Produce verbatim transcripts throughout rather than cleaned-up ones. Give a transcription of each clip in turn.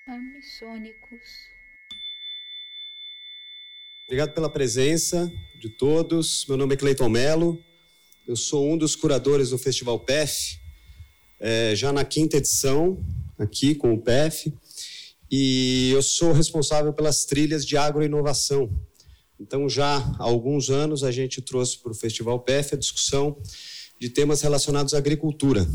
Amissônicos. Obrigado pela presença de todos. Meu nome é Cleiton Mello. Eu sou um dos curadores do Festival P E F, é, já na quinta edição, aqui com o P E F. E eu sou responsável pelas trilhas de agroinovação. Então, já há alguns anos, a gente trouxe para o Festival P E F a discussão de temas relacionados à agricultura.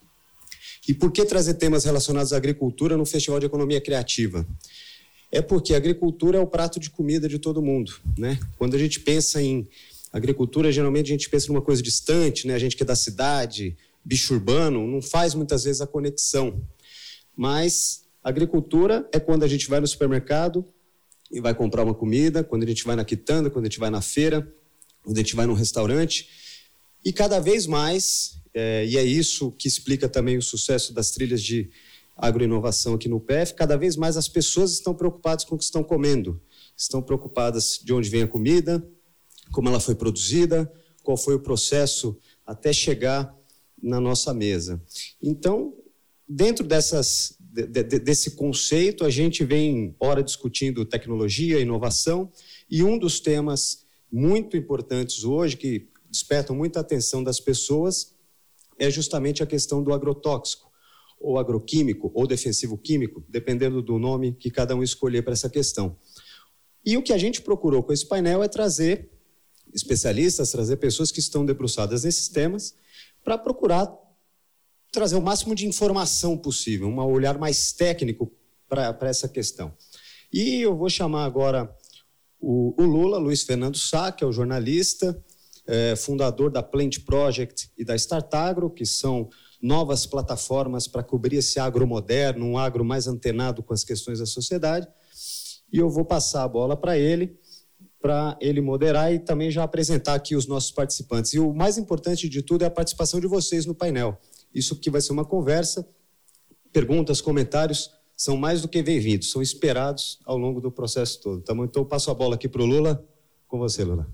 E por que trazer temas relacionados à agricultura no Festival de Economia Criativa? É porque a agricultura é o prato de comida de todo mundo, né? Quando a gente pensa em agricultura, geralmente a gente pensa numa coisa distante, né? A gente que é da cidade, bicho urbano, não faz muitas vezes a conexão. Mas agricultura é quando a gente vai no supermercado e vai comprar uma comida, quando a gente vai na quitanda, quando a gente vai na feira, quando a gente vai num restaurante. E cada vez mais, é, e é isso que explica também o sucesso das trilhas de agroinovação aqui no P E F, cada vez mais as pessoas estão preocupadas com o que estão comendo. Estão preocupadas de onde vem a comida, como ela foi produzida, qual foi o processo até chegar na nossa mesa. Então, dentro dessas, de, de, desse conceito, a gente vem, ora, discutindo tecnologia, inovação, e um dos temas muito importantes hoje, que despertam muita atenção das pessoas, é justamente a questão do agrotóxico, ou agroquímico, ou defensivo químico, dependendo do nome que cada um escolher para essa questão. E o que a gente procurou com esse painel é trazer especialistas, trazer pessoas que estão debruçadas nesses temas, para procurar trazer o máximo de informação possível, um olhar mais técnico para essa questão. E eu vou chamar agora o, o Lula, Luiz Fernando Sá, que é o jornalista, é, fundador da Plant Project e da Startagro, que são novas plataformas para cobrir esse agro moderno, um agro mais antenado com as questões da sociedade. E eu vou passar a bola para ele, para ele moderar e também já apresentar aqui os nossos participantes. E o mais importante de tudo é a participação de vocês no painel. Isso que vai ser uma conversa, perguntas, comentários, são mais do que bem-vindos, são esperados ao longo do processo todo. Então, eu passo a bola aqui para o Lula. Com você, Lula.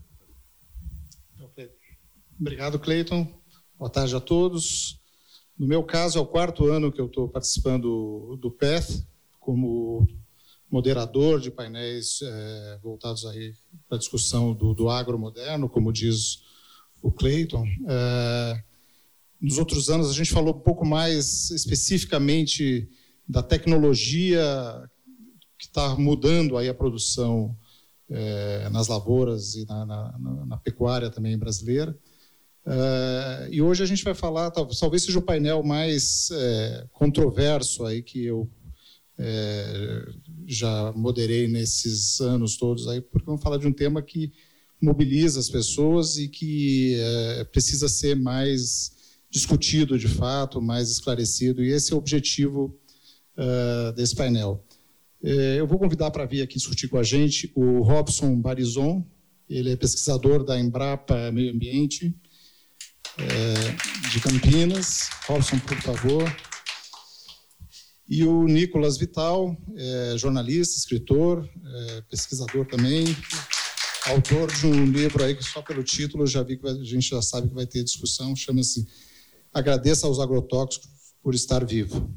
Obrigado, Cleiton. Boa tarde a todos. No meu caso, é o quarto ano que eu estou participando do P E F, como moderador de painéis é, voltados aí para a discussão do, do agro moderno, como diz o Cleiton. É, nos outros anos, a gente falou um pouco mais especificamente da tecnologia que está mudando aí a produção é, nas lavouras e na, na, na pecuária também brasileira. Uh, e hoje a gente vai falar, talvez seja o painel mais é, controverso aí que eu é, já moderei nesses anos todos, aí, porque vamos falar de um tema que mobiliza as pessoas e que é, precisa ser mais discutido de fato, mais esclarecido, e esse é o objetivo uh, desse painel. É, eu vou convidar para vir aqui discutir com a gente o Robson Barizon, ele é pesquisador da Embrapa Meio Ambiente, É, de Campinas. Robson, por favor. E o Nicolas Vital, é, jornalista, escritor, é, pesquisador também, autor de um livro aí que só pelo título já vi que a gente já sabe que vai ter discussão, chama-se Agradeça aos Agrotóxicos por Estar Vivo.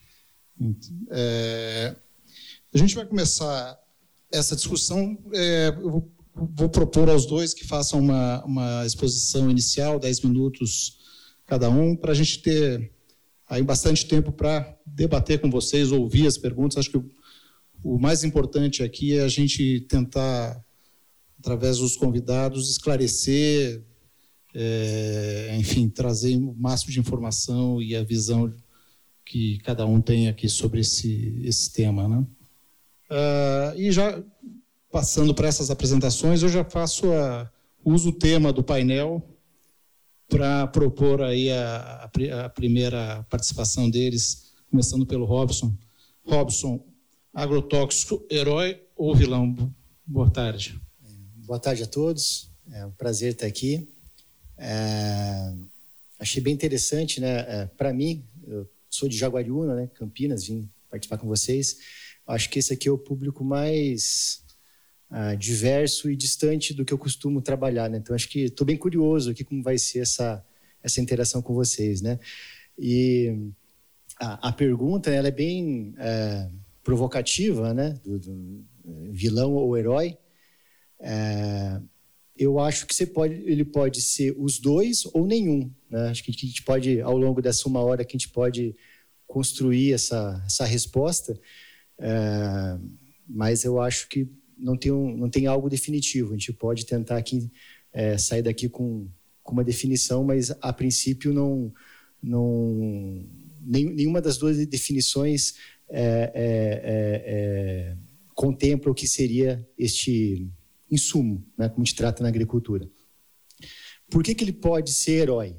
É, a gente vai começar essa discussão, é, eu vou Vou propor aos dois que façam uma, uma exposição inicial, dez minutos cada um, para a gente ter aí bastante tempo para debater com vocês, ouvir as perguntas. Acho que o, o mais importante aqui é a gente tentar, através dos convidados, esclarecer, é, enfim, trazer o máximo de informação e a visão que cada um tem aqui sobre esse, esse tema, né? Uh, e já... Passando para essas apresentações, eu já faço a, uso o tema do painel para propor aí a, a, a primeira participação deles, começando pelo Robson. Robson, agrotóxico, herói ou vilão? Boa tarde. Boa tarde a todos, é um prazer estar aqui. É, achei bem interessante, né? É, para mim, eu sou de Jaguariúna, né? Campinas, vim participar com vocês. Acho que esse aqui é o público mais... Uh, diverso e distante do que eu costumo trabalhar, né? Então acho que estou bem curioso aqui como vai ser essa, essa interação com vocês, né? E a, a pergunta, ela é bem é, provocativa, né, do, do vilão ou herói, é, eu acho que você pode, ele pode ser os dois ou nenhum, né? Acho que a gente pode, ao longo dessa uma hora, que a gente pode construir essa, essa resposta, é, mas eu acho que não tem, um, não tem algo definitivo. A gente pode tentar aqui, é, sair daqui com, com uma definição, mas a princípio não, não, nem, nenhuma das duas definições é, é, é, é, contempla o que seria este insumo, né, como a gente trata na agricultura. Por que que ele pode ser herói?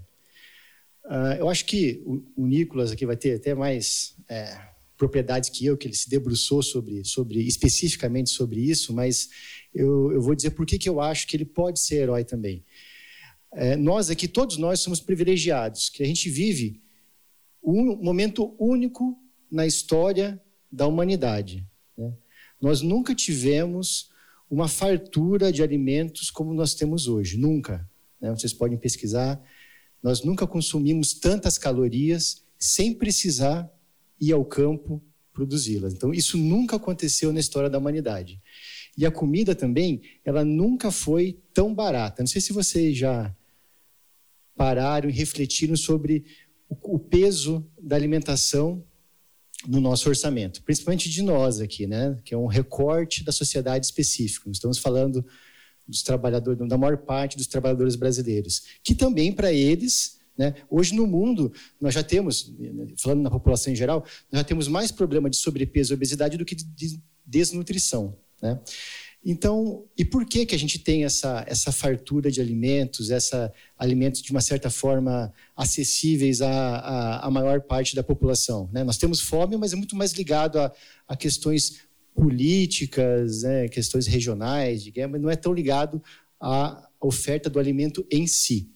Uh, eu acho que o, o Nicolas aqui vai ter até mais é, propriedades que eu, que ele se debruçou sobre, sobre, especificamente sobre isso, mas eu, eu vou dizer por que que eu acho que ele pode ser herói também. É, nós aqui, todos nós somos privilegiados, que a gente vive um momento único na história da humanidade, né? Nós nunca tivemos uma fartura de alimentos como nós temos hoje, nunca, né? Vocês podem pesquisar, nós nunca consumimos tantas calorias sem precisar ir ao campo produzi-las. Então, isso nunca aconteceu na história da humanidade. E a comida também, ela nunca foi tão barata. Não sei se vocês já pararam e refletiram sobre o peso da alimentação no nosso orçamento, principalmente de nós aqui, né? Que é um recorte da sociedade específica. Estamos falando dos trabalhadores, da maior parte dos trabalhadores brasileiros, que também para eles, né? Hoje no mundo nós já temos, falando na população em geral, nós já temos mais problema de sobrepeso e obesidade do que de desnutrição, né? Então, e por que que a gente tem essa, essa fartura de alimentos, essa alimentos de uma certa forma acessíveis à, à, à maior parte da população, né? Nós temos fome, mas é muito mais ligado a, a questões políticas, né? Questões regionais, de guerra, mas não é tão ligado à oferta do alimento em si.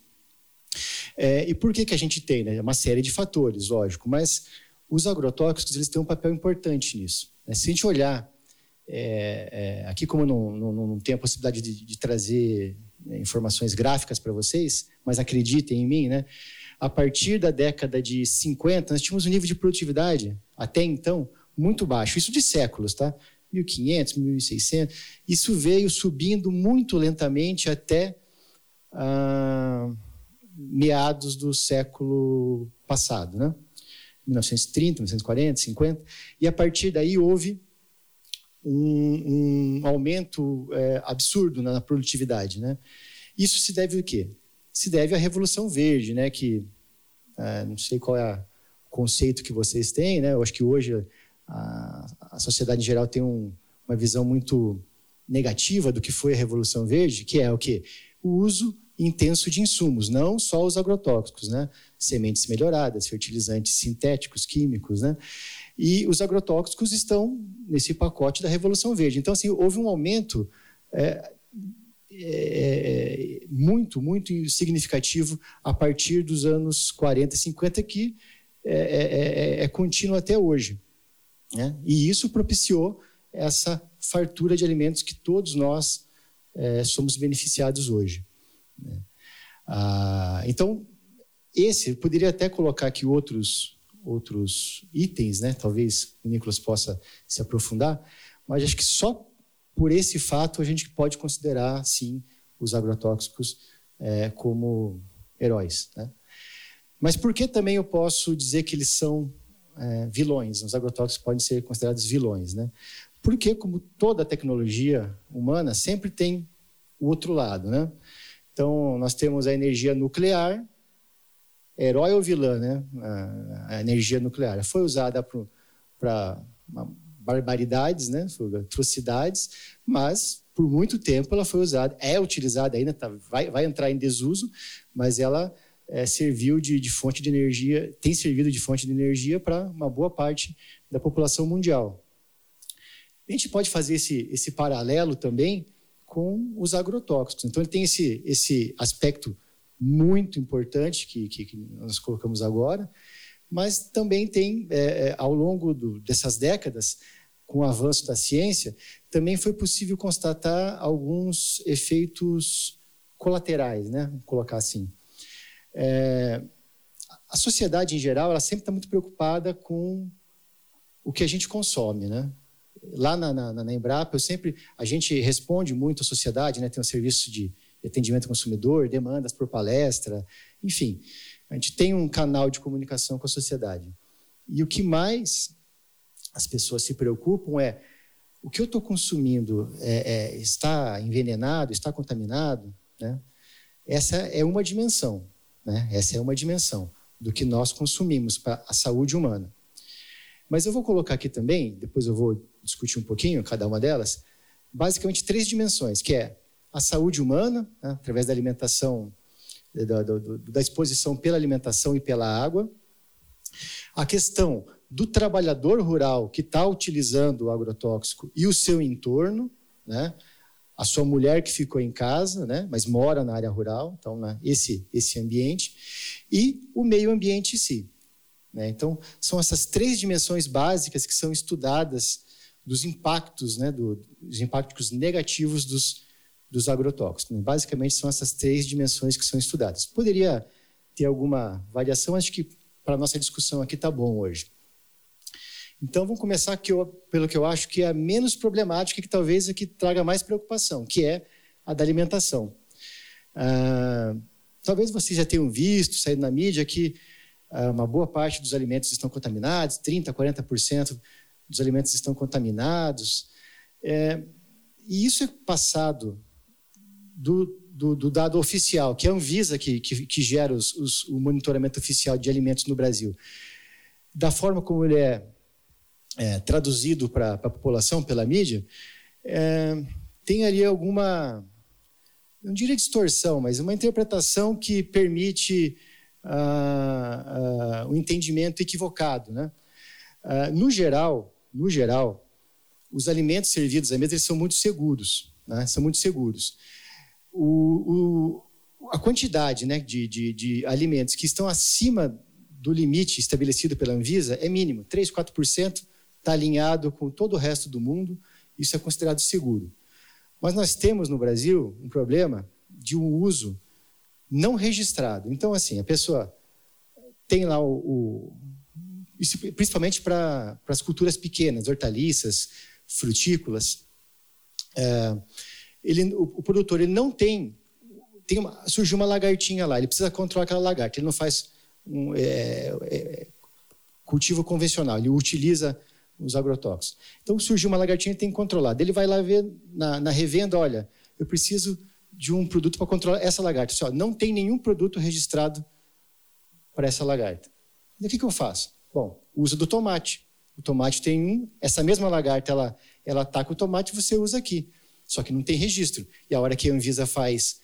É, e por que que a gente tem, né? Uma série de fatores, lógico, mas os agrotóxicos eles têm um papel importante nisso, né? Se a gente olhar É, é, aqui, como não, não, não tenho a possibilidade de, de trazer né, informações gráficas para vocês, mas acreditem em mim, né? A partir da década de cinquenta, nós tínhamos um nível de produtividade, até então, muito baixo. Isso de séculos, tá? mil e quinhentos, mil e seiscentos. Isso veio subindo muito lentamente até ah, meados do século passado, né? mil novecentos e trinta, mil novecentos e quarenta, cinquenta. E a partir daí houve Um, um aumento é, absurdo na produtividade, né? Isso se deve ao quê? Se deve à Revolução Verde, né? Que é, não sei qual é o conceito que vocês têm, né? Eu acho que hoje a, a sociedade em geral tem um, uma visão muito negativa do que foi a Revolução Verde, que é o quê? O uso intenso de insumos, não só os agrotóxicos, né? Sementes melhoradas, fertilizantes sintéticos, químicos, né? E os agrotóxicos estão nesse pacote da Revolução Verde. Então, assim, houve um aumento é, é, muito, muito significativo a partir dos anos quarenta, cinquenta, que é, é, é contínuo até hoje, né? E isso propiciou essa fartura de alimentos que todos nós é, somos beneficiados hoje, né? Ah, então, esse, eu poderia até colocar aqui outros... outros itens, né? Talvez o Nicolas possa se aprofundar, mas acho que só por esse fato a gente pode considerar, sim, os agrotóxicos é, como heróis, né? Mas por que também eu posso dizer que eles são é, vilões? Os agrotóxicos podem ser considerados vilões, né? Porque, como toda tecnologia humana, sempre tem o outro lado, né? Então, nós temos a energia nuclear, herói ou vilã, né? A, a energia nuclear foi usada para barbaridades, né? Atrocidades, mas por muito tempo ela foi usada, é utilizada ainda, tá, vai, vai entrar em desuso, mas ela é, serviu de, de fonte de energia, tem servido de fonte de energia para uma boa parte da população mundial. A gente pode fazer esse, esse paralelo também com os agrotóxicos. Então ele tem esse, esse aspecto muito importante que, que, que nós colocamos agora, mas também tem, é, ao longo do, dessas décadas, com o avanço da ciência, também foi possível constatar alguns efeitos colaterais, né? Vamos colocar assim. É, a sociedade, em geral, ela sempre está muito preocupada com o que a gente consome, né? lá na, na, na Embrapa, eu sempre, a gente responde muito à sociedade, né? Tem um serviço de atendimento ao consumidor, demandas por palestra, enfim, a gente tem um canal de comunicação com a sociedade. E o que mais as pessoas se preocupam é o que eu estou consumindo é, é, está envenenado, está contaminado, né? Essa é uma dimensão, né? Essa é uma dimensão do que nós consumimos para a saúde humana. Mas eu vou colocar aqui também, depois eu vou discutir um pouquinho cada uma delas, basicamente três dimensões, que é a saúde humana, né, através da alimentação, da, da, da exposição pela alimentação e pela água, a questão do trabalhador rural que está utilizando o agrotóxico e o seu entorno, né, a sua mulher que ficou em casa, né, mas mora na área rural, então né, esse, esse ambiente, e o meio ambiente em si. Né? Então, são essas três dimensões básicas que são estudadas dos impactos, né, do, dos impactos negativos dos, dos agrotóxicos. Né? Basicamente, são essas três dimensões que são estudadas. Poderia ter alguma variação, acho que para a nossa discussão aqui está bom hoje. Então, vamos começar que eu, pelo que eu acho que é a menos problemática, que talvez é que traga mais preocupação, que é a da alimentação. Ah, talvez vocês já tenham visto, saído na mídia, que ah, uma boa parte dos alimentos estão contaminados, trinta por cento, quarenta por cento dos alimentos estão contaminados. É, e isso é passado do, do, do dado oficial, que é a Anvisa que, que, que gera os, os, o monitoramento oficial de alimentos no Brasil. Da forma como ele é, é traduzido para a população pela mídia, é, tem ali alguma, não diria distorção, mas uma interpretação que permite uh, uh, um entendimento equivocado, né? Uh, no geral, no geral, os alimentos servidos à mesa eles são muito seguros, né? São muito seguros. O, o, a quantidade, né, de, de, de alimentos que estão acima do limite estabelecido pela Anvisa é mínimo, três, quatro por cento está alinhado com todo o resto do mundo, isso é considerado seguro. Mas nós temos no Brasil um problema de um uso não registrado. Então, assim, a pessoa tem lá o... o isso principalmente para as culturas pequenas, hortaliças, frutícolas. É, ele, o, o produtor ele não tem... tem uma, surgiu uma lagartinha lá, ele precisa controlar aquela lagarta, ele não faz um, é, é, cultivo convencional, ele utiliza os agrotóxicos. Então, surgiu uma lagartinha, ele tem que controlar. Ele vai lá ver na, na revenda, olha, eu preciso de um produto para controlar essa lagarta. Assim, ó, não tem nenhum produto registrado para essa lagarta. E o que, que eu faço? Bom, uso do tomate. O tomate tem um, essa mesma lagarta, ela, ela ataca o tomate, você usa aqui. Só que não tem registro. E a hora que a Anvisa faz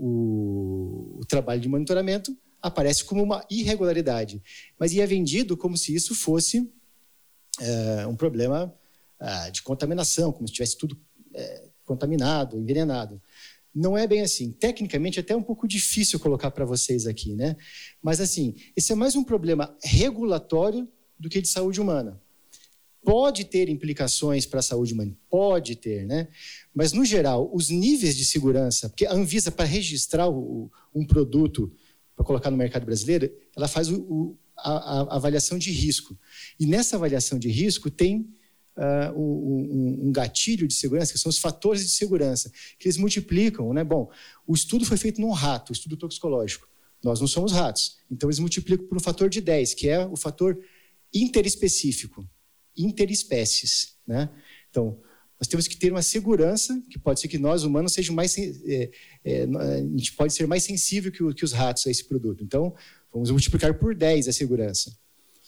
o, o trabalho de monitoramento, aparece como uma irregularidade. Mas ia vendido como se isso fosse é, um problema é, de contaminação, como se tivesse tudo é, contaminado, envenenado. Não é bem assim. Tecnicamente, é até um pouco difícil colocar para vocês aqui, né? Mas, assim, esse é mais um problema regulatório do que de saúde humana. Pode ter implicações para a saúde humana, pode ter, né? Mas, no geral, os níveis de segurança, porque a Anvisa, para registrar o, um produto para colocar no mercado brasileiro, ela faz o, o, a, a avaliação de risco. E nessa avaliação de risco tem uh, um, um gatilho de segurança, que são os fatores de segurança, que eles multiplicam, né? Bom, o estudo foi feito num rato, o estudo toxicológico. Nós não somos ratos. Então, eles multiplicam por um fator de dez, que é o fator interespecífico, interespécies, né? Então, nós temos que ter uma segurança, que pode ser que nós, humanos, sejam mais, é, é, a gente pode ser mais sensível que, o, que os ratos a esse produto. Então, vamos multiplicar por dez a segurança.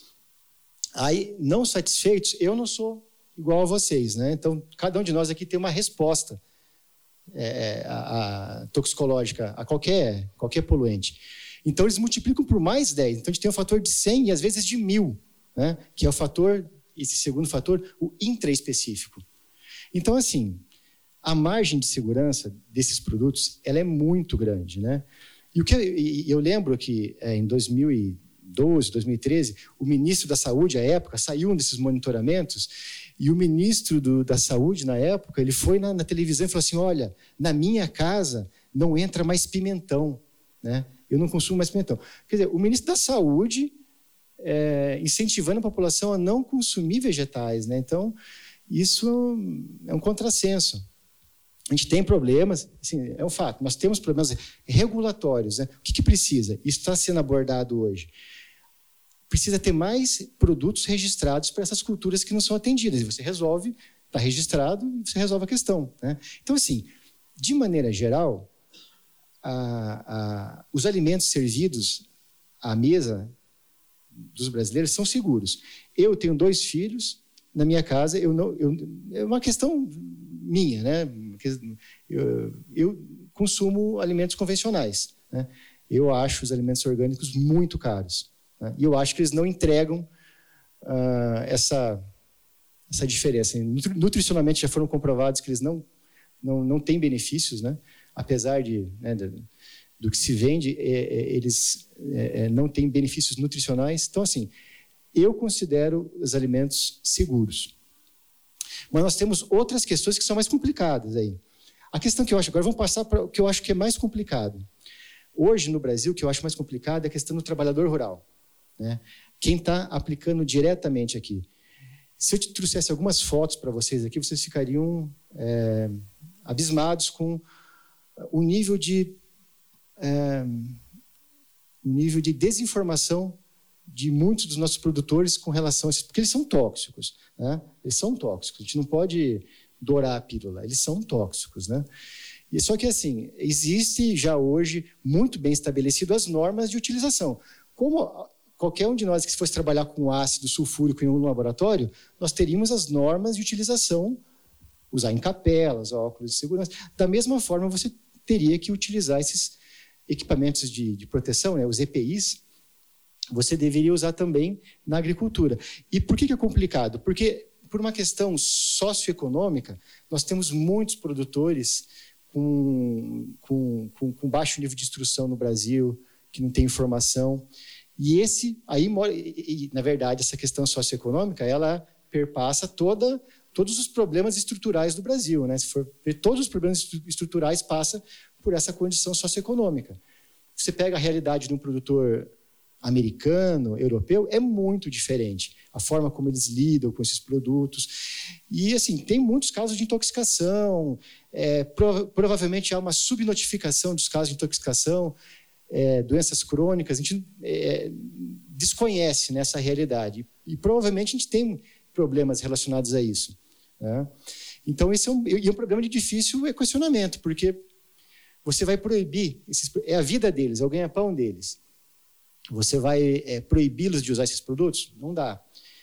Aí, não satisfeitos, eu não sou igual a vocês, né? Então, cada um de nós aqui tem uma resposta é, a, a toxicológica a qualquer, qualquer poluente. Então, eles multiplicam por mais dez. Então, a gente tem um fator de cem e, às vezes, de mil, né? Que é o fator, esse segundo fator, o intraespecífico. Então, assim, a margem de segurança desses produtos, ela é muito grande, né? E o que eu lembro que é, em dois mil e doze, dois mil e treze, o ministro da Saúde, à época, saiu um desses monitoramentos e o ministro do, da Saúde, na época, ele foi na, na televisão e falou assim, olha, na minha casa não entra mais pimentão, né? Eu não consumo mais pimentão. Quer dizer, o ministro da Saúde é, incentivando a população a não consumir vegetais, né? Então, Isso é um contrassenso. A gente tem problemas, assim, é um fato, nós temos problemas regulatórios. Né? O que, que precisa? Isso está sendo abordado hoje. Precisa ter mais produtos registrados para essas culturas que não são atendidas. E você resolve, está registrado, e você resolve a questão. Né? Então, assim, de maneira geral, a, a, os alimentos servidos à mesa dos brasileiros são seguros. Eu tenho dois filhos, na minha casa, eu não, eu, é uma questão minha, né? Eu, eu consumo alimentos convencionais. Né? Eu acho os alimentos orgânicos muito caros. Né? E eu acho que eles não entregam uh, essa, essa diferença. Nutricionalmente já foram comprovados que eles não, não, não têm benefícios, né? Apesar de, né, de, do que se vende, é, é, eles é, não têm benefícios nutricionais. Então, assim, eu considero os alimentos seguros. Mas nós temos outras questões que são mais complicadas aí. A questão que eu acho, agora vamos passar para o que eu acho que é mais complicado. Hoje, no Brasil, o que eu acho mais complicado é a questão do trabalhador rural. Né? Quem está aplicando diretamente aqui. Se eu te trouxesse algumas fotos para vocês aqui, vocês ficariam é, abismados com o nível de, é, o nível de desinformação de muitos dos nossos produtores com relação a isso, porque eles são tóxicos, né? Eles são tóxicos, a gente não pode dourar a pílula, eles são tóxicos, né? E só que, assim, existe já hoje muito bem estabelecido as normas de utilização. Como qualquer um de nós que fosse trabalhar com ácido sulfúrico em um laboratório, nós teríamos as normas de utilização, usar em capelas, óculos de segurança. Da mesma forma, você teria que utilizar esses equipamentos de, de proteção, né, os E P Is, você deveria usar também na agricultura. E por que, que é complicado? Porque, por uma questão socioeconômica, nós temos muitos produtores com, com, com, com baixo nível de instrução no Brasil, que não tem informação. E esse, aí, e, e, na verdade, essa questão socioeconômica, ela perpassa toda, todos os problemas estruturais do Brasil. Né? Se for ver, todos os problemas estruturais passam por essa condição socioeconômica. Você pega a realidade de um produtor americano, europeu, é muito diferente. A forma como eles lidam com esses produtos. E, assim, tem muitos casos de intoxicação, é, prova- provavelmente há uma subnotificação dos casos de intoxicação, é, doenças crônicas, a gente é, desconhece nessa realidade. E, provavelmente, a gente tem problemas relacionados a isso. Né? Então, esse é um, e é um problema de difícil equacionamento, porque você vai proibir, esses, é a vida deles, é o ganha-pão deles. Você vai é, proibi-los de usar esses produtos? Não dá.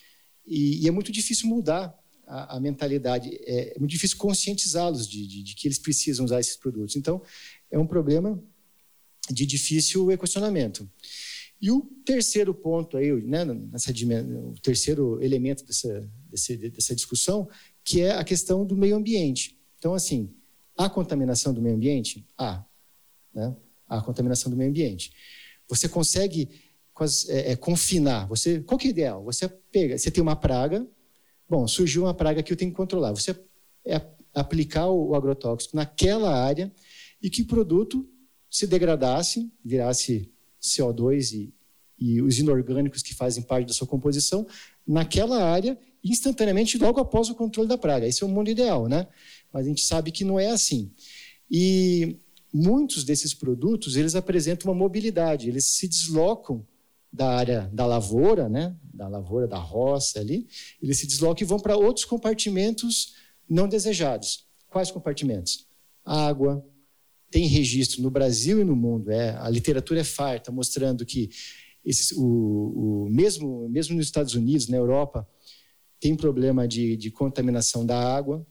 E, e é muito difícil mudar a, a mentalidade, é, é muito difícil conscientizá-los de, de, de que eles precisam usar esses produtos. Então, é um problema de difícil equacionamento. E o terceiro ponto, aí, né, nessa, o terceiro elemento dessa, dessa, dessa discussão, que é a questão do meio ambiente. Então, assim, há contaminação do meio ambiente? Há. Né? Há contaminação do meio ambiente. Você consegue é, é, confinar. Você, qual que é o ideal? Você pega, você tem uma praga, bom, surgiu uma praga que eu tenho que controlar. Você é, aplicar o, o agrotóxico naquela área e que o produto se degradasse, virasse C O dois e, e os inorgânicos que fazem parte da sua composição naquela área instantaneamente logo após o controle da praga. Esse é o mundo ideal, né? Mas a gente sabe que não é assim. E muitos desses produtos, eles apresentam uma mobilidade, eles se deslocam da área da lavoura, né, da lavoura, da roça ali, eles se deslocam e vão para outros compartimentos não desejados. Quais compartimentos? Água. Tem registro no Brasil e no mundo, é, a literatura é farta, mostrando que esses, o, o, mesmo, mesmo nos Estados Unidos, na Europa, tem problema de, de contaminação da água,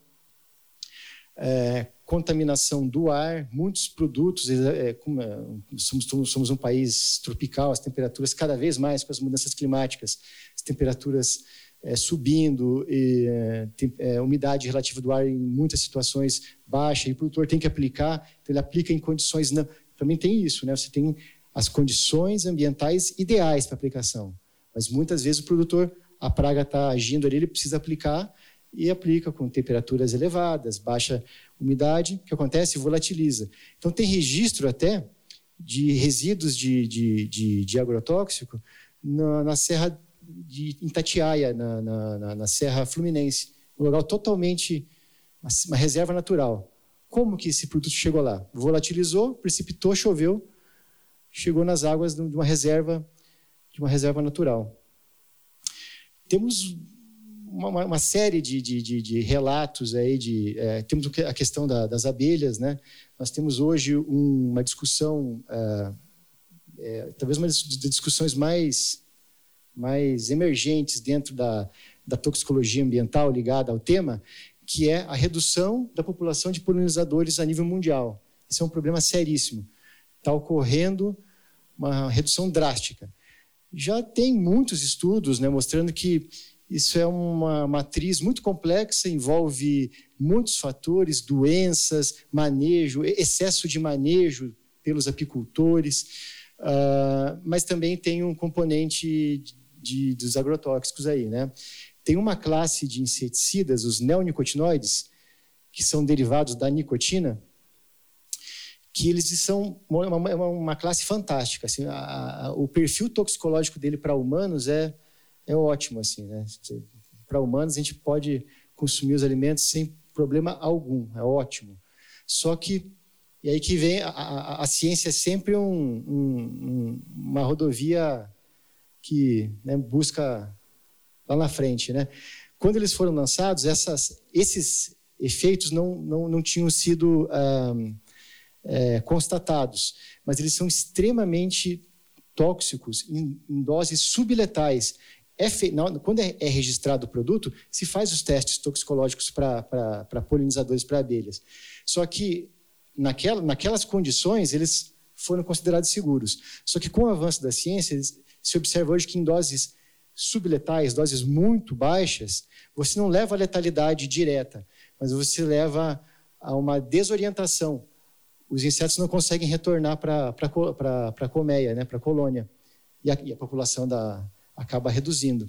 é, contaminação do ar, muitos produtos, é, como, é, somos, somos um país tropical, as temperaturas cada vez mais com as mudanças climáticas, as temperaturas é, subindo, e, é, tem, é, umidade relativa do ar em muitas situações baixa, e o produtor tem que aplicar, então ele aplica em condições, não, também tem isso, né? Você tem as condições ambientais ideais para aplicação, mas muitas vezes o produtor, a praga está agindo ali, ele precisa aplicar, e aplica com temperaturas elevadas, baixa umidade, o que acontece? Volatiliza. Então, tem registro até de resíduos de, de, de, de agrotóxico na, na Serra de Itatiaia, na, na, na Serra Fluminense, um local totalmente, uma reserva natural. Como que esse produto chegou lá? Volatilizou, precipitou, choveu, chegou nas águas de uma reserva, de uma reserva natural. Temos uma, uma série de, de, de, de relatos aí, de, é, temos a questão da, das abelhas, né? Nós temos hoje um, uma discussão, é, é, talvez uma das discussões mais, mais emergentes dentro da, da toxicologia ambiental ligada ao tema, que é a redução da população de polinizadores a nível mundial. Esse é um problema seríssimo. Está ocorrendo uma redução drástica. Já tem muitos estudos, né, mostrando que isso é uma matriz muito complexa, envolve muitos fatores, doenças, manejo, excesso de manejo pelos apicultores, uh, mas também tem um componente de, de, dos agrotóxicos aí, né? Tem uma classe de inseticidas, os neonicotinoides, que são derivados da nicotina, que eles são uma, uma, uma classe fantástica. Assim, a, a, o perfil toxicológico dele para humanos é, é ótimo. Assim, né? Para humanos, a gente pode consumir os alimentos sem problema algum, é ótimo. Só que, e aí que vem, a, a, a ciência é sempre um, um, uma rodovia que, né, busca lá na frente, né? Quando eles foram lançados, essas, esses efeitos não, não, não tinham sido ah, é, constatados, mas eles são extremamente tóxicos em, em doses subletais. É fe... não, quando é, é registrado o produto, se faz os testes toxicológicos para polinizadores, para abelhas. Só que naquela, naquelas condições eles foram considerados seguros. Só que com o avanço da ciência, eles, se observa hoje que em doses subletais, doses muito baixas, você não leva a letalidade direta, mas você leva a uma desorientação. Os insetos não conseguem retornar para a colmeia, né, para a colônia, e a, e a população da, acaba reduzindo.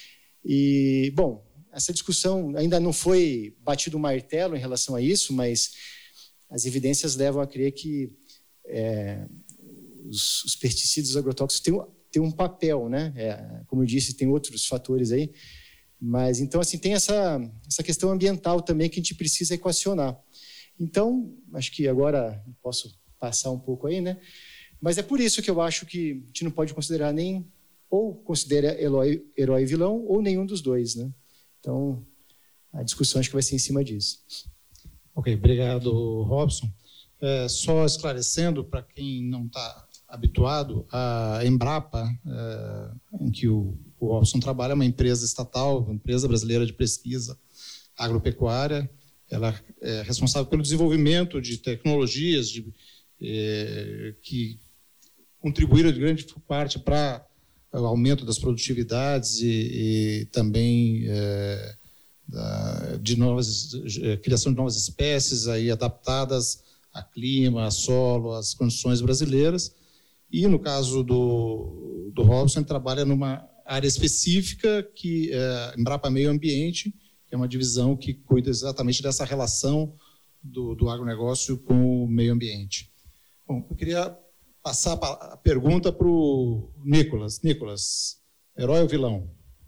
E, bom, essa discussão ainda não foi batido o martelo em relação a isso, mas as evidências levam a crer que é, os, os pesticidas, os agrotóxicos têm tem um papel, né? É, como eu disse, tem outros fatores aí, mas então assim tem essa essa questão ambiental também que a gente precisa equacionar. Então, acho que agora posso passar um pouco aí, né? Mas é por isso que eu acho que a gente não pode considerar nem ou considera herói, herói e vilão ou nenhum dos dois, né? Então, a discussão acho que vai ser em cima disso. Ok, obrigado, Robson. É, só esclarecendo para quem não está habituado, a Embrapa, é, em que o, o Robson trabalha, é uma empresa estatal, uma empresa brasileira de pesquisa agropecuária. Ela é responsável pelo desenvolvimento de tecnologias de, é, que contribuíram de grande parte para o aumento das produtividades e, e também é, da, de novas, é, criação de novas espécies aí adaptadas a clima, a solo, às condições brasileiras. E, no caso do, do Robson, ele trabalha numa área específica, que é Embrapa Meio Ambiente, que é uma divisão que cuida exatamente dessa relação do, do agronegócio com o meio ambiente. Bom, eu queria passar a pergunta para o Nicolas. Nicolas, herói ou vilão?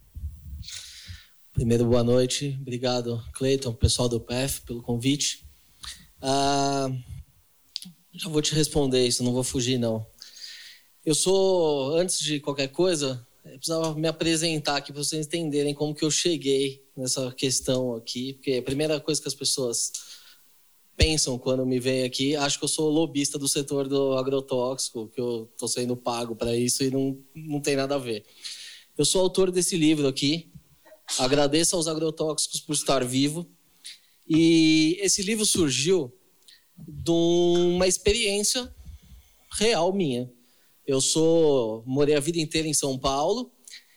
Primeiro, boa noite. Obrigado, Cleiton, pessoal do P E F, pelo convite. Ah, já vou te responder isso, não vou fugir, não. Eu sou, antes de qualquer coisa, eu precisava me apresentar aqui para vocês entenderem como que eu cheguei nessa questão aqui, porque a primeira coisa que as pessoas pensam quando me veem aqui, acho que eu sou lobista do setor do agrotóxico, que eu estou sendo pago para isso e não, não tem nada a ver. Eu sou autor desse livro aqui, agradeço aos agrotóxicos por estar vivo, e esse livro surgiu de uma experiência real minha. Eu sou, morei a vida inteira em São Paulo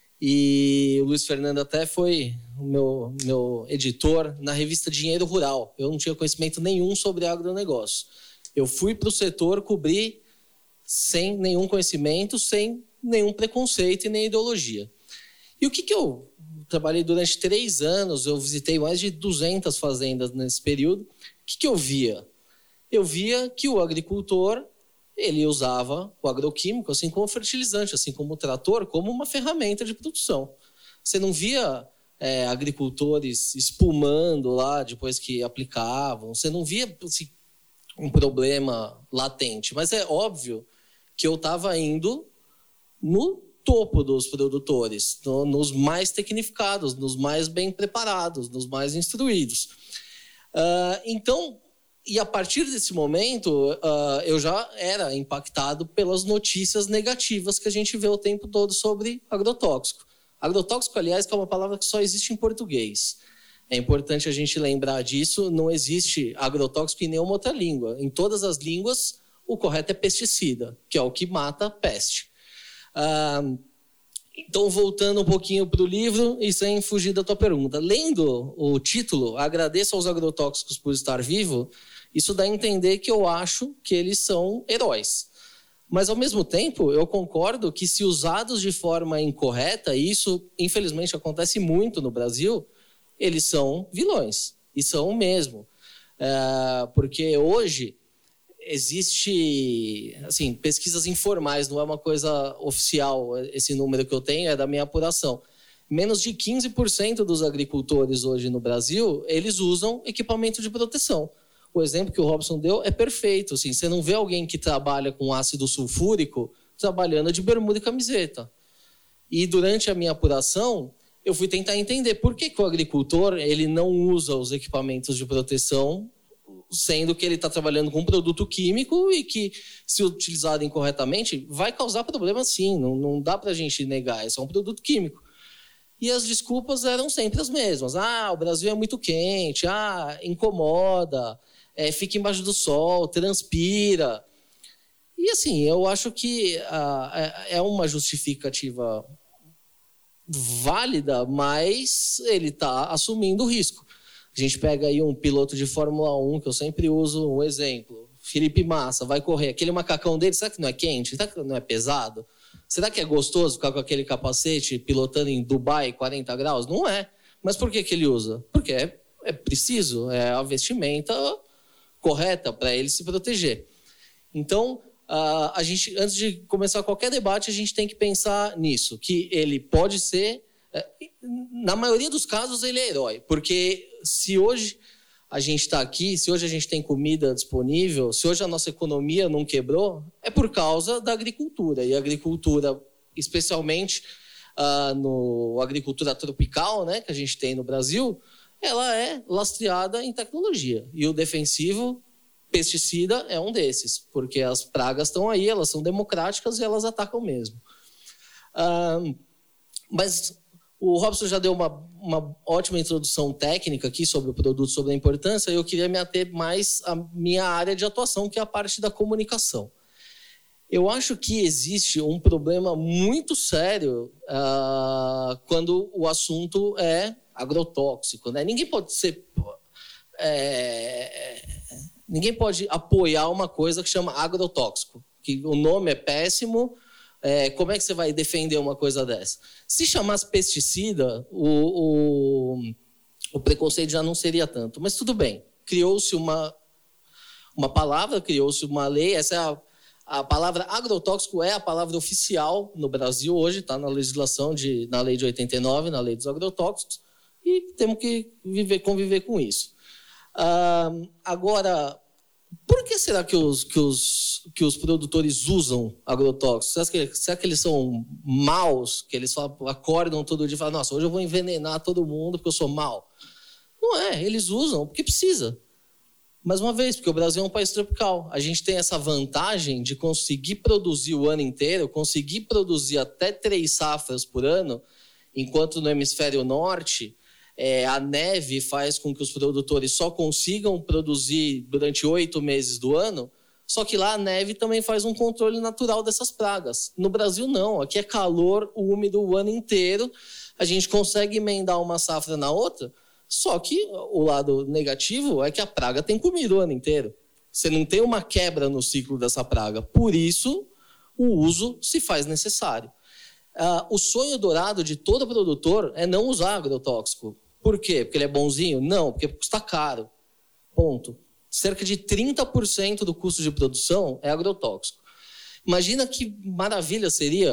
e o Luiz Fernando até foi o meu, meu editor na revista Dinheiro Rural. Eu não tinha conhecimento nenhum sobre agronegócio. Eu fui para o setor cobrir sem nenhum conhecimento, sem nenhum preconceito e nem ideologia. E o que, que eu trabalhei durante três anos, eu visitei mais de duzentas fazendas nesse período. O que, que eu via? Eu via que o agricultor ele usava o agroquímico, assim como o fertilizante, assim como o trator, como uma ferramenta de produção. Você não via é, agricultores espumando lá depois que aplicavam. Você não via assim, um problema latente. Mas é óbvio que eu estava indo no topo dos produtores, no, nos mais tecnificados, nos mais bem preparados, nos mais instruídos. Uh, então, e a partir desse momento, uh, eu já era impactado pelas notícias negativas que a gente vê o tempo todo sobre agrotóxico. Agrotóxico, aliás, que é uma palavra que só existe em português. É importante a gente lembrar disso, não existe agrotóxico em nenhuma outra língua. Em todas as línguas, o correto é pesticida, que é o que mata a peste. Ah, então, voltando um pouquinho para o livro e sem fugir da tua pergunta. Lendo o título, agradeço aos agrotóxicos por estar vivo, isso dá a entender que eu acho que eles são heróis. Mas, ao mesmo tempo, eu concordo que se usados de forma incorreta, e isso, infelizmente, acontece muito no Brasil, eles são vilões, e são mesmo. É, porque hoje existe, assim, pesquisas informais, não é uma coisa oficial, esse número que eu tenho é da minha apuração. Menos de quinze por cento dos agricultores hoje no Brasil, eles usam equipamento de proteção. O exemplo que o Robson deu é perfeito. Assim, você não vê alguém que trabalha com ácido sulfúrico trabalhando de bermuda e camiseta. E durante a minha apuração, eu fui tentar entender por que, que o agricultor ele não usa os equipamentos de proteção, sendo que ele está trabalhando com um produto químico e que, se utilizado incorretamente, vai causar problema sim. Não, não dá para a gente negar, isso é um produto químico. E as desculpas eram sempre as mesmas. Ah, o Brasil é muito quente, ah, incomoda, é, fica embaixo do sol, transpira. E assim, eu acho que ah, é uma justificativa válida, mas ele está assumindo o risco. A gente pega aí um piloto de Fórmula um, que eu sempre uso um exemplo, Felipe Massa, vai correr. Aquele macacão dele, será que não é quente? Será que não é pesado? Será que é gostoso ficar com aquele capacete pilotando em Dubai, quarenta graus? Não é. Mas por que, que ele usa? Porque é, é preciso, é a vestimenta correta para ele se proteger. Então, Uh, a gente, antes de começar qualquer debate, a gente tem que pensar nisso, que ele pode ser, na maioria dos casos, ele é herói, porque se hoje a gente está aqui, se hoje a gente tem comida disponível, se hoje a nossa economia não quebrou, é por causa da agricultura, e a agricultura, especialmente uh, no agricultura tropical, né, que a gente tem no Brasil, ela é lastreada em tecnologia, e o defensivo pesticida é um desses, porque as pragas estão aí, elas são democráticas e elas atacam mesmo. Ah, mas o Robson já deu uma, uma ótima introdução técnica aqui sobre o produto, sobre a importância, e eu queria me ater mais à minha área de atuação, que é a parte da comunicação. Eu acho que existe um problema muito sério ah, quando o assunto é agrotóxico, né? Ninguém pode ser... É, Ninguém pode apoiar uma coisa que chama agrotóxico, que o nome é péssimo. É, como é que você vai defender uma coisa dessa? Se chamasse pesticida, o, o, o preconceito já não seria tanto. Mas tudo bem, criou-se uma, uma palavra, criou-se uma lei. Essa é a, a palavra agrotóxico é a palavra oficial no Brasil hoje, está na legislação, de, na lei de oitenta e nove, na lei dos agrotóxicos, e temos que viver, conviver com isso. Uh, agora, por que será que os, que os, que os produtores usam agrotóxicos? Será que, será que eles são maus? Que eles só acordam todo dia e falam, nossa, hoje eu vou envenenar todo mundo porque eu sou mau? Não é, eles usam porque precisa. Mais uma vez, porque o Brasil é um país tropical. A gente tem essa vantagem de conseguir produzir o ano inteiro, conseguir produzir até três safras por ano, enquanto no hemisfério norte... É, a neve faz com que os produtores só consigam produzir durante oito meses do ano, só que lá a neve também faz um controle natural dessas pragas. No Brasil, não. Aqui é calor úmido o ano inteiro, a gente consegue emendar uma safra na outra, só que o lado negativo é que a praga tem comida o ano inteiro. Você não tem uma quebra no ciclo dessa praga. Por isso, o uso se faz necessário. Uh, o sonho dourado de todo produtor é não usar agrotóxico. Por quê? Porque ele é bonzinho? Não, porque custa caro. Ponto. Cerca de trinta por cento do custo de produção é agrotóxico. Imagina que maravilha seria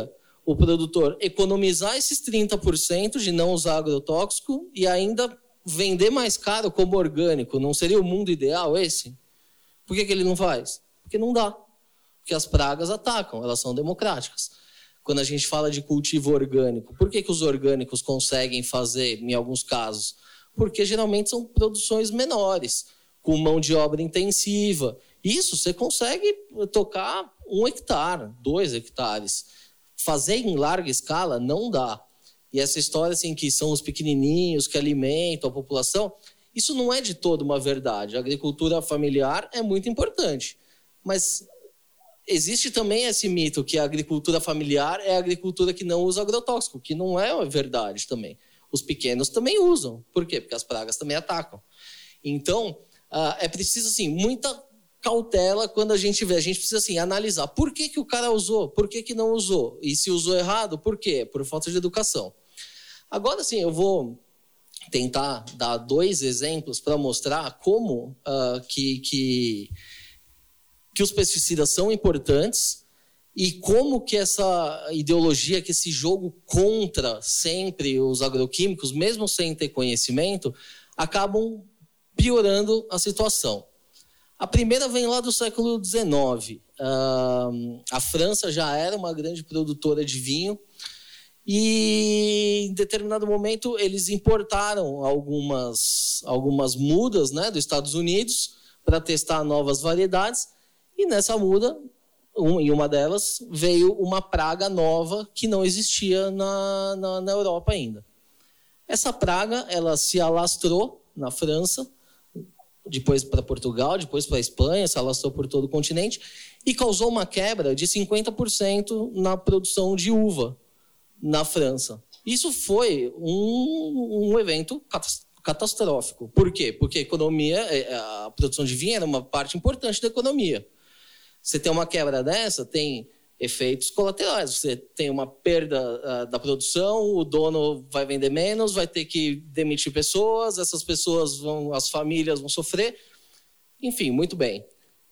o produtor economizar esses trinta por cento de não usar agrotóxico e ainda vender mais caro como orgânico. Não seria o mundo ideal esse? Por que que ele não faz? Porque não dá. Porque as pragas atacam, elas são democráticas. Quando a gente fala de cultivo orgânico, por que que os orgânicos conseguem fazer, em alguns casos? Porque geralmente são produções menores, com mão de obra intensiva. Isso você consegue tocar um hectare, dois hectares. Fazer em larga escala não dá. E essa história assim, que são os pequenininhos que alimentam a população, isso não é de todo uma verdade. A agricultura familiar é muito importante, mas existe também esse mito que a agricultura familiar é a agricultura que não usa agrotóxico, que não é verdade também. Os pequenos também usam. Por quê? Porque as pragas também atacam. Então, é preciso assim, muita cautela quando a gente vê. A gente precisa assim, analisar por que que o cara usou, por que que não usou. E se usou errado, por quê? Por falta de educação. Agora sim, eu vou tentar dar dois exemplos para mostrar como uh, que... que que os pesticidas são importantes e como que essa ideologia, que esse jogo contra sempre os agroquímicos, mesmo sem ter conhecimento, acabam piorando a situação. A primeira vem lá do século dezenove. Uh, a França já era uma grande produtora de vinho e, em determinado momento, eles importaram algumas, algumas mudas, né, dos Estados Unidos para testar novas variedades. E nessa muda, um, em uma delas, veio uma praga nova que não existia na, na, na Europa ainda. Essa praga ela se alastrou na França, depois para Portugal, depois para a Espanha, se alastrou por todo o continente e causou uma quebra de cinquenta por cento na produção de uva na França. Isso foi um, um evento catastrófico. Por quê? Porque a economia, a produção de vinho era uma parte importante da economia. Você tem uma quebra dessa, tem efeitos colaterais. Você tem uma perda uh, da produção, o dono vai vender menos, vai ter que demitir pessoas, essas pessoas vão, as famílias vão sofrer. Enfim, muito bem.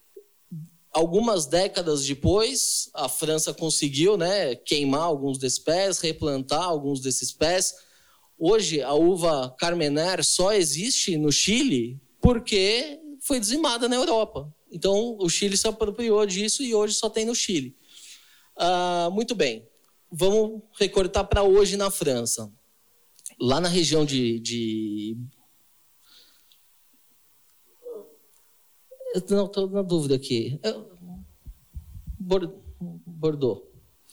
Algumas décadas depois, a França conseguiu, né, queimar alguns desses pés, replantar alguns desses pés. Hoje, a uva Carmener só existe no Chile porque foi dizimada na Europa. Então, o Chile se apropriou disso e hoje só tem no Chile. Ah, muito bem. Vamos recortar para hoje na França. Lá na região de... de... Eu não estou na dúvida aqui. Bordeaux.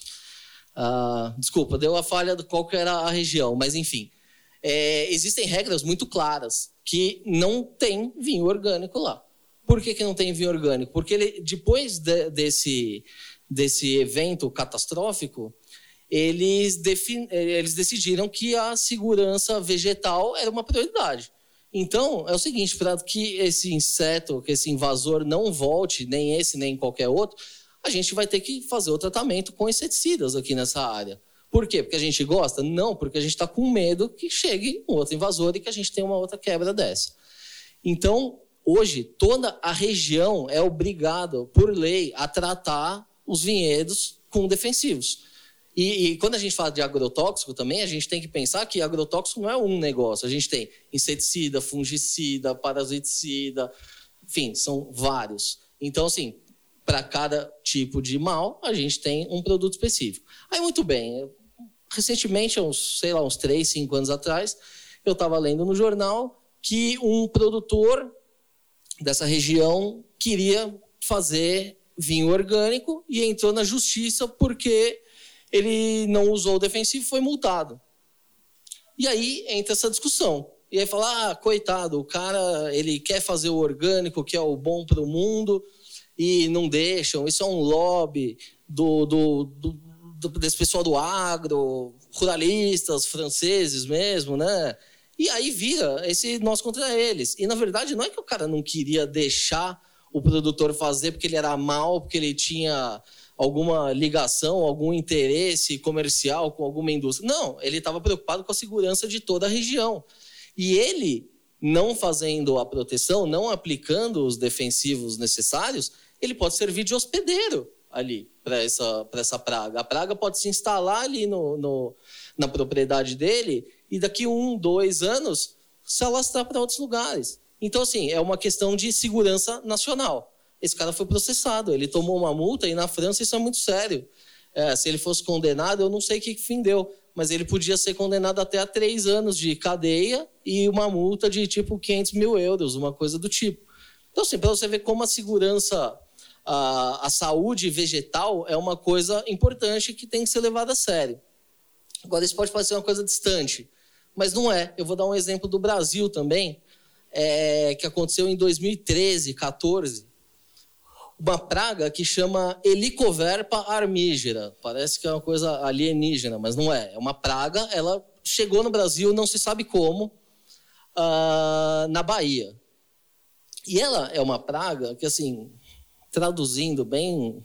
Ah, desculpa, deu a falha de qual que era a região, mas enfim. É, existem regras muito claras que não tem vinho orgânico lá. Por que que não tem vinho orgânico? Porque ele, depois de, desse, desse evento catastrófico, eles, defin, eles decidiram que a segurança vegetal era uma prioridade. Então, é o seguinte, para que esse inseto, que esse invasor não volte, nem esse, nem qualquer outro, a gente vai ter que fazer o tratamento com inseticidas aqui nessa área. Por quê? Porque a gente gosta? Não, porque a gente está com medo que chegue um outro invasor e que a gente tenha uma outra quebra dessa. Então, hoje, toda a região é obrigada, por lei, a tratar os vinhedos com defensivos. E, e quando a gente fala de agrotóxico também, a gente tem que pensar que agrotóxico não é um negócio. A gente tem inseticida, fungicida, parasiticida, enfim, são vários. Então, assim, para cada tipo de mal, a gente tem um produto específico. Aí, muito bem, recentemente, uns, sei lá, uns três, cinco anos atrás, eu estava lendo no jornal que um produtor dessa região queria fazer vinho orgânico e entrou na justiça porque ele não usou o defensivo e foi multado. E aí entra essa discussão. E aí fala, ah, coitado, o cara ele quer fazer o orgânico, que é o bom para o mundo, e não deixam. Isso é um lobby do, do, do, do, desse pessoal do agro, ruralistas, franceses mesmo, né? E aí vira esse nós contra eles. E, na verdade, não é que o cara não queria deixar o produtor fazer porque ele era mau, porque ele tinha alguma ligação, algum interesse comercial com alguma indústria. Não, ele estava preocupado com a segurança de toda a região. E ele, não fazendo a proteção, não aplicando os defensivos necessários, ele pode servir de hospedeiro ali para essa, para essa praga. A praga pode se instalar ali no, no, na propriedade dele e daqui um, dois anos se alastrar para outros lugares. Então, assim, é uma questão de segurança nacional. Esse cara foi processado, ele tomou uma multa e na França isso é muito sério. É, se ele fosse condenado, eu não sei que fim deu, mas ele podia ser condenado até a três anos de cadeia e uma multa de tipo quinhentos mil euros, uma coisa do tipo. Então, assim, para você ver como a segurança, a, a saúde vegetal é uma coisa importante que tem que ser levada a sério. Agora, isso pode parecer uma coisa distante, mas não é. Eu vou dar um exemplo do Brasil também, é, que aconteceu em dois mil e treze, quatorze. Uma praga que chama Helicoverpa armígera. Parece que é uma coisa alienígena, mas não é. É uma praga, ela chegou no Brasil, não se sabe como, uh, na Bahia. E ela é uma praga que, assim, traduzindo bem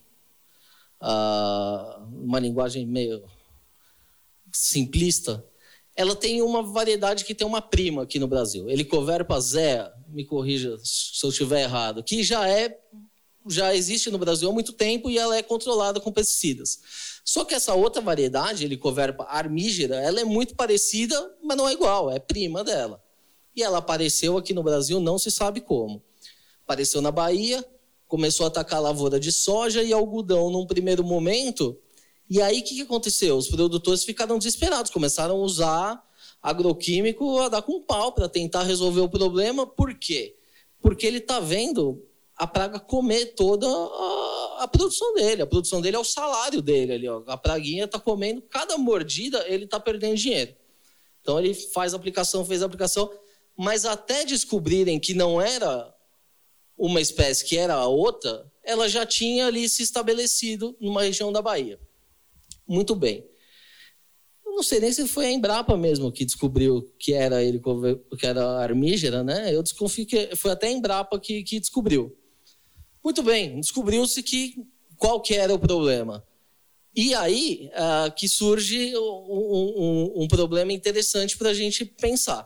uh, uma linguagem meio simplista, ela tem uma variedade que tem uma prima aqui no Brasil. Helicoverpa zea, me corrija se eu estiver errado, que já é... já existe no Brasil há muito tempo e ela é controlada com pesticidas. Só que essa outra variedade, Helicoverpa armígera, ela é muito parecida, mas não é igual, é prima dela. E ela apareceu aqui no Brasil, não se sabe como. Apareceu na Bahia, começou a atacar a lavoura de soja e algodão num primeiro momento. E aí, o que aconteceu? Os produtores ficaram desesperados, começaram a usar agroquímico a dar com pau para tentar resolver o problema. Por quê? Porque ele está vendo a praga comer toda a, a produção dele. A produção dele é o salário dele ali, ó. A praguinha está comendo, cada mordida ele está perdendo dinheiro. Então ele faz a aplicação, fez a aplicação, mas até descobrirem que não era uma espécie, que era a outra, ela já tinha ali se estabelecido numa região da Bahia. Muito bem. Eu não sei nem se foi a Embrapa mesmo que descobriu que era, ele, que era armígera, né? Eu desconfio que foi até a Embrapa que, que descobriu. Muito bem, descobriu-se que qual que era o problema. E aí uh, que surge um, um, um problema interessante para a gente pensar.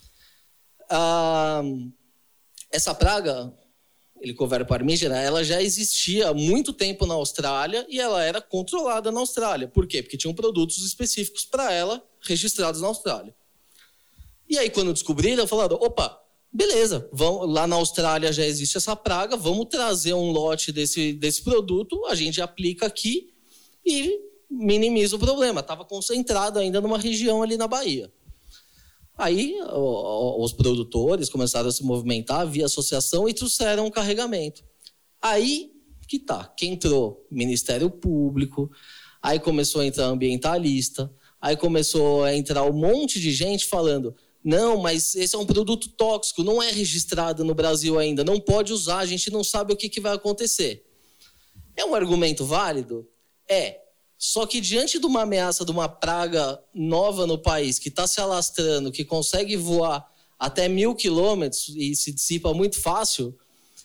Uh, essa praga, Helicoverpa armígera, ela já existia há muito tempo na Austrália e ela era controlada na Austrália. Por quê? Porque tinham produtos específicos para ela registrados na Austrália. E aí, quando descobriram, falaram, opa, beleza, vamos, lá na Austrália já existe essa praga, vamos trazer um lote desse, desse produto, a gente aplica aqui e minimiza o problema. Estava concentrado ainda numa região ali na Bahia. Aí os produtores começaram a se movimentar via associação e trouxeram um carregamento. Aí que tá, que entrou Ministério Público, aí começou a entrar ambientalista, aí começou a entrar um monte de gente falando, não, mas esse é um produto tóxico, não é registrado no Brasil ainda, não pode usar, a gente não sabe o que, que vai acontecer. É um argumento válido? É. Só que diante de uma ameaça de uma praga nova no país, que está se alastrando, que consegue voar até mil quilômetros e se dissipa muito fácil,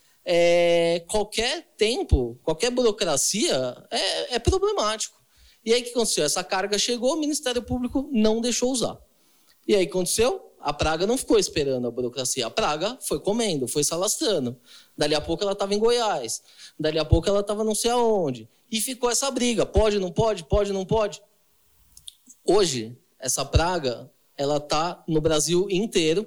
é, qualquer tempo, qualquer burocracia é, é problemático. E aí o que aconteceu? Essa carga chegou, o Ministério Público não deixou usar. E aí o que aconteceu? A praga não ficou esperando a burocracia, a praga foi comendo, foi se alastrando. Dali a pouco ela estava em Goiás, dali a pouco ela estava não sei aonde. E ficou essa briga, pode, não pode, pode, não pode. Hoje, essa praga, ela está no Brasil inteiro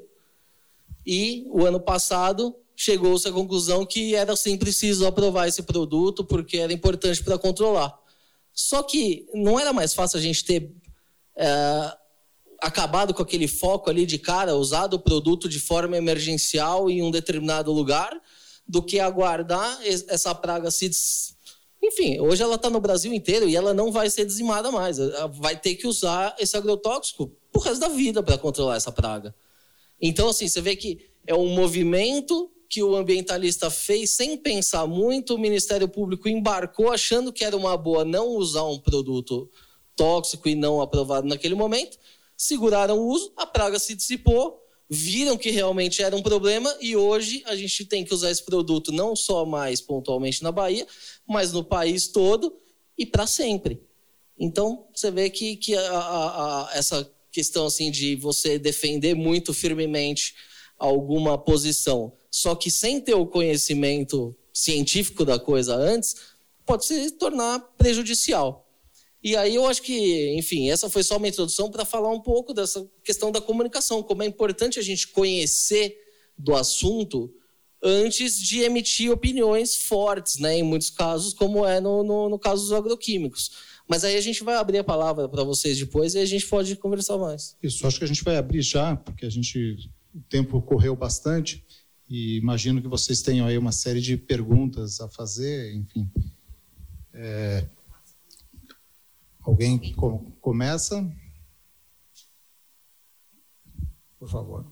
e o ano passado chegou-se à conclusão que era sim preciso aprovar esse produto porque era importante para controlar. Só que não era mais fácil a gente ter é, acabado com aquele foco ali de cara, usado o produto de forma emergencial em um determinado lugar, do que aguardar essa praga se... Enfim, hoje ela está no Brasil inteiro e ela não vai ser dizimada mais. Ela vai ter que usar esse agrotóxico pro resto da vida para controlar essa praga. Então, assim, você vê que é um movimento que o ambientalista fez sem pensar muito, o Ministério Público embarcou achando que era uma boa não usar um produto tóxico e não aprovado naquele momento, seguraram o uso, a praga se dissipou, viram que realmente era um problema e hoje a gente tem que usar esse produto não só mais pontualmente na Bahia, mas no país todo e para sempre. Então, você vê que, que a, a, a, essa questão assim, de você defender muito firmemente alguma posição, só que sem ter o conhecimento científico da coisa antes, pode se tornar prejudicial. E aí eu acho que, enfim, essa foi só uma introdução para falar um pouco dessa questão da comunicação, como é importante a gente conhecer do assunto antes de emitir opiniões fortes, né, em muitos casos, como é no, no, no caso dos agroquímicos. Mas aí a gente vai abrir a palavra para vocês depois e a gente pode conversar mais. Isso, acho que a gente vai abrir já, porque a gente, o tempo correu bastante e imagino que vocês tenham aí uma série de perguntas a fazer, enfim. É... Alguém que começa? Por favor.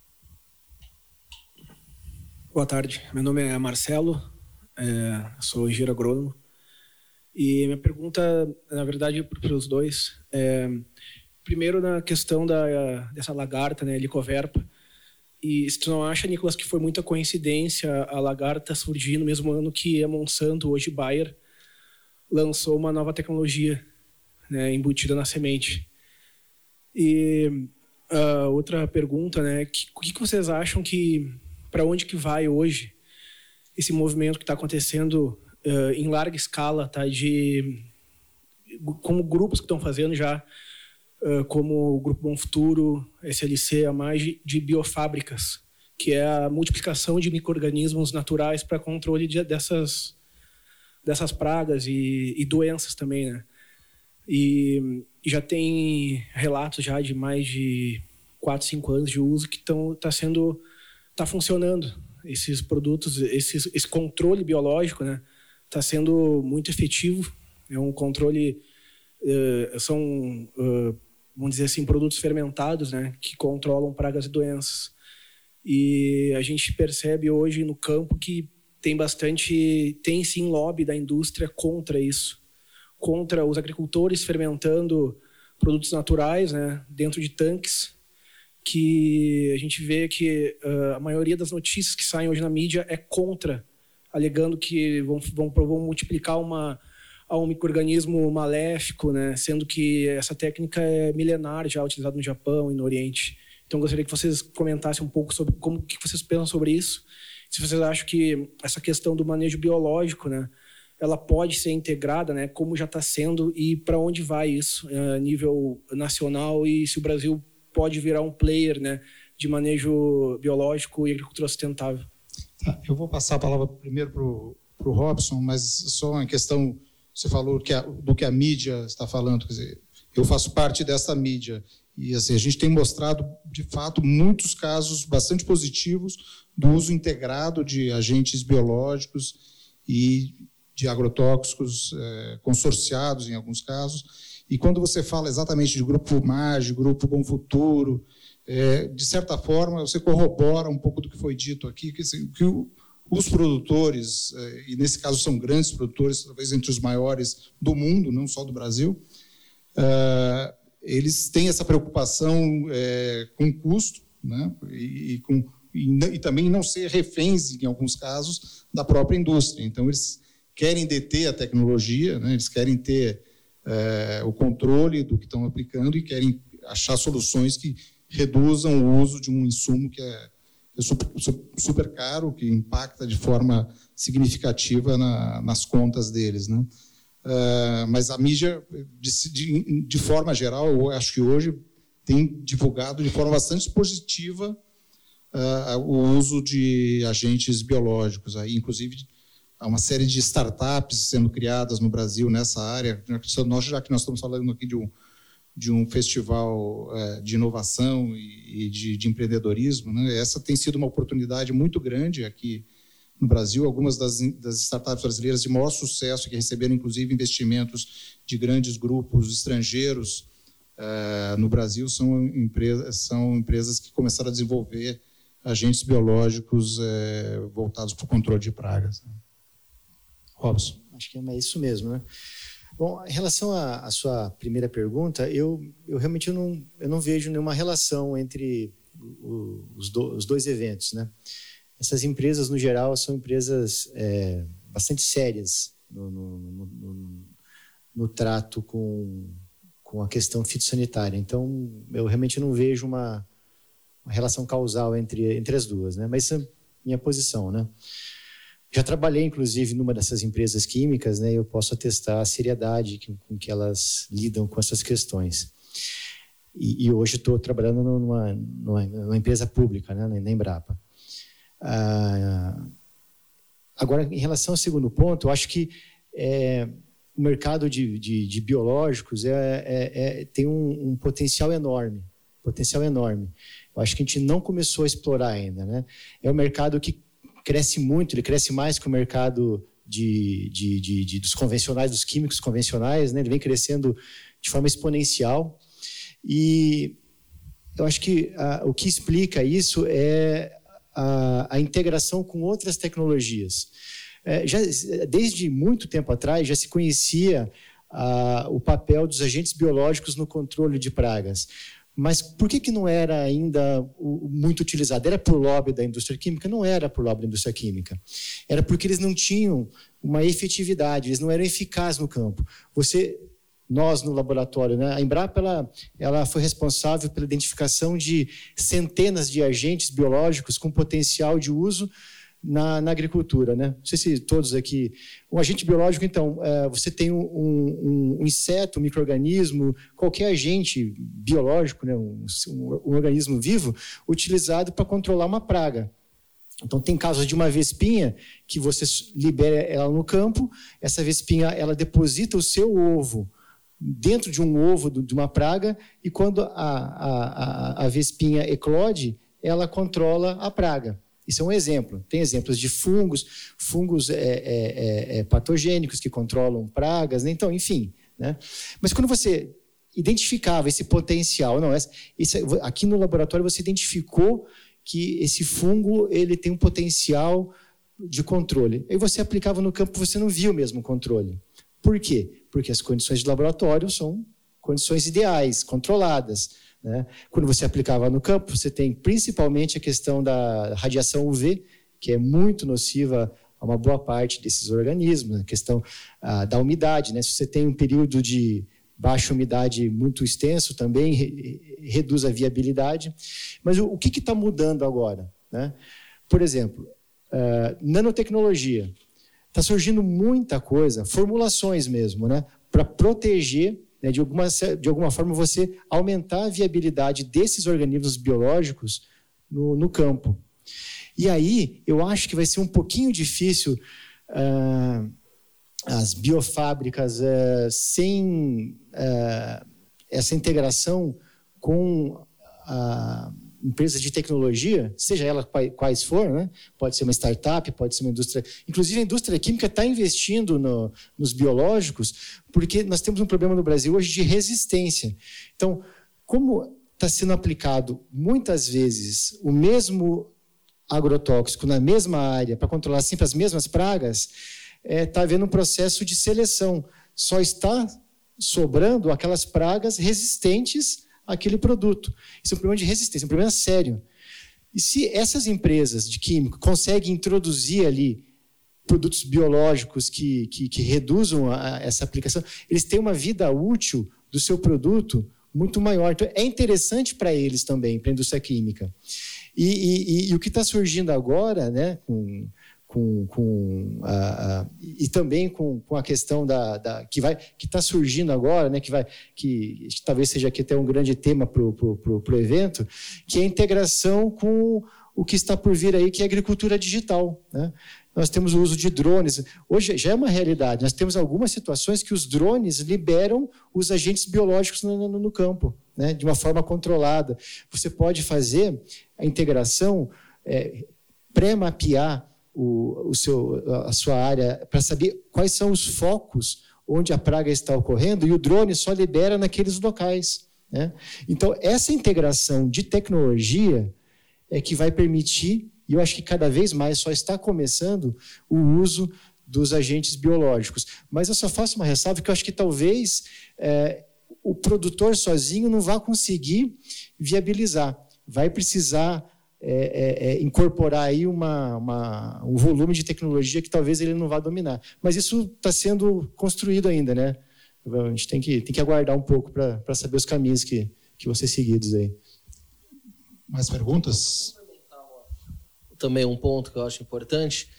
Boa tarde, meu nome é Marcelo, é, sou engenheiro agrônomo. E minha pergunta, na verdade, para os dois, é, primeiro na questão da, dessa lagarta, né, Helicoverpa. E se tu não acha, Nicolas, que foi muita coincidência a lagarta surgir no mesmo ano que a Monsanto, hoje Bayer, lançou uma nova tecnologia, né, embutida na semente. E a outra pergunta, né, que, o que vocês acham que, para onde que vai hoje esse movimento que está acontecendo uh, em larga escala, tá, de, como grupos que estão fazendo já, uh, como o Grupo Bom Futuro, S L C, a mais de, de biofábricas, que é a multiplicação de micro-organismos naturais para controle de, dessas, dessas pragas e, e doenças também, né? E já tem relatos já de mais de quatro, cinco anos de uso que estão tá sendo tá funcionando esses produtos, esses, esse controle biológico, né, está sendo muito efetivo. É um controle uh, são uh, vamos dizer assim, produtos fermentados, né, que controlam pragas e doenças. E a gente percebe hoje no campo que tem bastante, tem sim lobby da indústria contra isso, contra os agricultores fermentando produtos naturais, né, dentro de tanques, que a gente vê que uh, a maioria das notícias que saem hoje na mídia é contra, alegando que vão, vão, vão multiplicar uma, um micro-organismo maléfico, né, sendo que essa técnica é milenar, já utilizada no Japão e no Oriente. Então, gostaria que vocês comentassem um pouco sobre como que vocês pensam sobre isso, se vocês acham que essa questão do manejo biológico, né, ela pode ser integrada, né, como já está sendo, e para onde vai isso a nível nacional, e se o Brasil pode virar um player, né, de manejo biológico e agricultura sustentável. Tá, eu vou passar a palavra primeiro para o Robson, mas só uma questão, você falou que a, do que a mídia está falando, quer dizer, eu faço parte dessa mídia, e assim, a gente tem mostrado, de fato, muitos casos bastante positivos do uso integrado de agentes biológicos e de agrotóxicos é, consorciados, em alguns casos. E quando você fala exatamente de Grupo MAGE, Grupo Bom Futuro, é, de certa forma, você corrobora um pouco do que foi dito aqui, que, assim, que o, os produtores, é, e nesse caso são grandes produtores, talvez entre os maiores do mundo, não só do Brasil, é, eles têm essa preocupação é, com custo, né, e, e, com, e, e também não ser reféns, em alguns casos, da própria indústria. Então, eles querem deter a tecnologia, né, eles querem ter é, o controle do que estão aplicando e querem achar soluções que reduzam o uso de um insumo que é, é super, super caro, que impacta de forma significativa na, nas contas deles, né? Uh, mas a mídia, de, de, de forma geral, eu acho que hoje tem divulgado de forma bastante positiva uh, o uso de agentes biológicos. Aí, inclusive, há uma série de startups sendo criadas no Brasil nessa área. Nós, já que nós estamos falando aqui de um, de um festival uh, de inovação e, e de, de empreendedorismo, né? Essa tem sido uma oportunidade muito grande aqui no Brasil. Algumas das, das startups brasileiras de maior sucesso, que receberam, inclusive, investimentos de grandes grupos estrangeiros uh, no Brasil, são, empresa, são empresas que começaram a desenvolver agentes biológicos uh, voltados para o controle de pragas. Robson. Acho que é isso mesmo, né? Bom, em relação à, à sua primeira pergunta, eu, eu realmente eu não, eu não vejo nenhuma relação entre o, os, do, os dois eventos, né? Essas empresas, no geral, são empresas é, bastante sérias no, no, no, no, no trato com, com a questão fitossanitária. Então, eu realmente não vejo uma, uma relação causal entre, entre as duas, né? Mas essa é a minha posição, né? Já trabalhei, inclusive, numa dessas empresas químicas, né? Eu posso atestar a seriedade com que elas lidam com essas questões. E, e hoje estou trabalhando numa, numa, numa empresa pública, né? Na Embrapa. Ah, agora, em relação ao segundo ponto, eu acho que é, o mercado de, de, de biológicos é, é, é, tem um, um potencial enorme, potencial enorme. Eu acho que a gente não começou a explorar ainda, né? É um mercado que cresce muito, ele cresce mais que o mercado de, de, de, de, dos convencionais, dos químicos convencionais, né? Ele vem crescendo de forma exponencial. E eu acho que a, o que explica isso é a, a integração com outras tecnologias. É, já, desde muito tempo atrás já se conhecia a, o papel dos agentes biológicos no controle de pragas. Mas por que, que não era ainda muito utilizado? Era por lobby da indústria química? Não era por lobby da indústria química. Era porque eles não tinham uma efetividade, eles não eram eficazes no campo. Você, nós no laboratório, né? A Embrapa ela, ela foi responsável pela identificação de centenas de agentes biológicos com potencial de uso Na, na agricultura, né? Não sei se todos aqui... Um agente biológico, então, é, você tem um, um, um inseto, um micro-organismo, qualquer agente biológico, né? um, um, um organismo vivo, utilizado para controlar uma praga. Então, tem casos de uma vespinha que você libera ela no campo, essa vespinha ela deposita o seu ovo dentro de um ovo de uma praga e quando a, a, a vespinha eclode, ela controla a praga. Isso é um exemplo. Tem exemplos de fungos, fungos é, é, é, patogênicos que controlam pragas, né? Então, enfim. Né? Mas quando você identificava esse potencial, não, esse, aqui no laboratório você identificou que esse fungo ele tem um potencial de controle. Aí você aplicava no campo, você não via o mesmo controle. Por quê? Porque as condições de laboratório são condições ideais, controladas. Né? Quando você aplicava no campo, você tem principalmente a questão da radiação U V, que é muito nociva a uma boa parte desses organismos, a questão ah, da umidade. Né? Se você tem um período de baixa umidade muito extenso, também re reduz a viabilidade. Mas o, o que está mudando agora? Né? Por exemplo, ah, nanotecnologia. Está surgindo muita coisa, formulações mesmo, né? Para proteger... De alguma, de alguma forma, você aumentar a viabilidade desses organismos biológicos no, no campo. E aí, eu acho que vai ser um pouquinho difícil ah, as biofábricas ah, sem ah, essa integração com a empresas de tecnologia, seja ela quais for, né? Pode ser uma startup, pode ser uma indústria... Inclusive, a indústria química está investindo no, nos biológicos, porque nós temos um problema no Brasil hoje de resistência. Então, como está sendo aplicado muitas vezes o mesmo agrotóxico na mesma área para controlar sempre as mesmas pragas, está é, havendo um processo de seleção. Só está sobrando aquelas pragas resistentes aquele produto. Isso é um problema de resistência, é um problema sério. E se essas empresas de químico conseguem introduzir ali produtos biológicos que, que, que reduzam a, a essa aplicação, eles têm uma vida útil do seu produto muito maior. Então, é interessante para eles também, para a indústria química. E, e, e, e o que está surgindo agora, né, com... Com, com, a, a, e também com, com a questão da, da, que vai que está surgindo agora, né, que, vai, que talvez seja aqui até um grande tema para o evento, que é a integração com o que está por vir aí, que é a agricultura digital. Né? Nós temos o uso de drones. Hoje já é uma realidade. Nós temos algumas situações que os drones liberam os agentes biológicos no, no, no campo, né, de uma forma controlada. Você pode fazer a integração, é, pré-mapear O, o seu, a sua área para saber quais são os focos onde a praga está ocorrendo e o drone só libera naqueles locais. Né? Então, essa integração de tecnologia é que vai permitir, e eu acho que cada vez mais só está começando, o uso dos agentes biológicos. Mas eu só faço uma ressalva que eu acho que talvez é, o produtor sozinho não vá conseguir viabilizar. Vai precisar É, é, é, incorporar aí uma, uma, um volume de tecnologia que talvez ele não vá dominar. Mas isso está sendo construído ainda, né? A gente tem que, tem que aguardar um pouco para saber os caminhos que, que vão ser seguidos aí. Mais perguntas? Também um ponto que eu acho importante.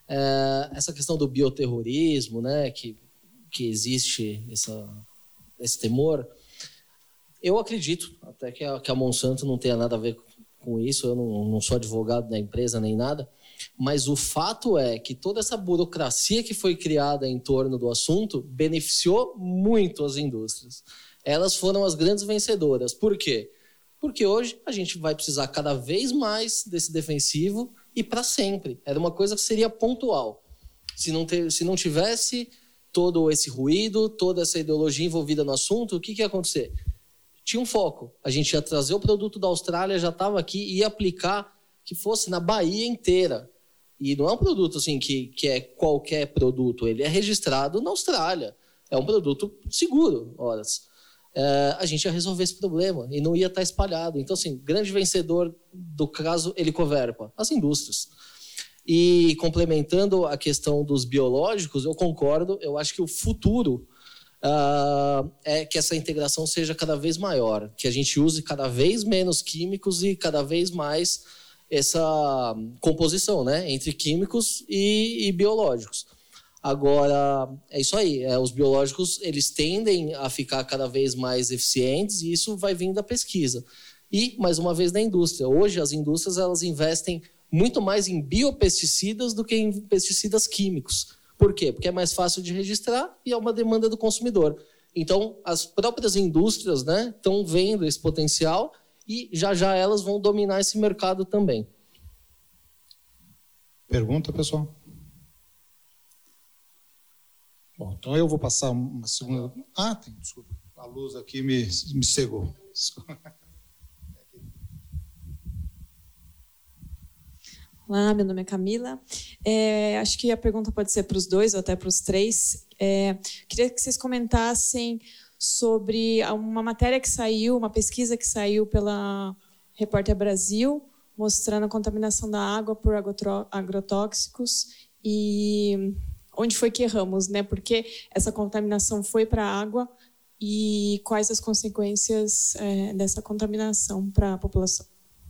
É, essa questão do bioterrorismo, né, que, que existe essa, esse temor, eu acredito até que a, que a Monsanto não tenha nada a ver com isso, eu não, não sou advogado da empresa nem nada, mas o fato é que toda essa burocracia que foi criada em torno do assunto beneficiou muito as indústrias. Elas foram as grandes vencedoras. Por quê? Porque hoje a gente vai precisar cada vez mais desse defensivo e para sempre. Era uma coisa que seria pontual. Se não, ter, se não tivesse todo esse ruído, toda essa ideologia envolvida no assunto, o que, que ia acontecer? Tinha um foco. A gente ia trazer o produto da Austrália, já estava aqui, e ia aplicar que fosse na Bahia inteira. E não é um produto assim que, que é qualquer produto, ele é registrado na Austrália. É um produto seguro, horas. É, a gente ia resolver esse problema e não ia estar espalhado. Então, assim, grande vencedor do caso Helicoverpa, as indústrias. E complementando a questão dos biológicos, eu concordo, eu acho que o futuro uh, é que essa integração seja cada vez maior, que a gente use cada vez menos químicos e cada vez mais essa composição, né, entre químicos e, e biológicos. Agora, é isso aí, é, os biológicos eles tendem a ficar cada vez mais eficientes e isso vai vir da pesquisa. E, mais uma vez, da indústria. Hoje, as indústrias elas investem muito mais em biopesticidas do que em pesticidas químicos. Por quê? Porque é mais fácil de registrar e é uma demanda do consumidor. Então, as próprias indústrias, né, estão vendo esse potencial e já já elas vão dominar esse mercado também. Pergunta, pessoal? Bom, então eu vou passar uma segunda... Ah, tem, desculpa. A luz aqui me, me cegou. Olá, meu nome é Camila. É, acho que a pergunta pode ser para os dois ou até para os três. É, queria que vocês comentassem sobre uma matéria que saiu, uma pesquisa que saiu pela Repórter Brasil, mostrando a contaminação da água por agrotóxicos e onde foi que erramos, né? Porque essa contaminação foi para a água e quais as consequências é, dessa contaminação para a população.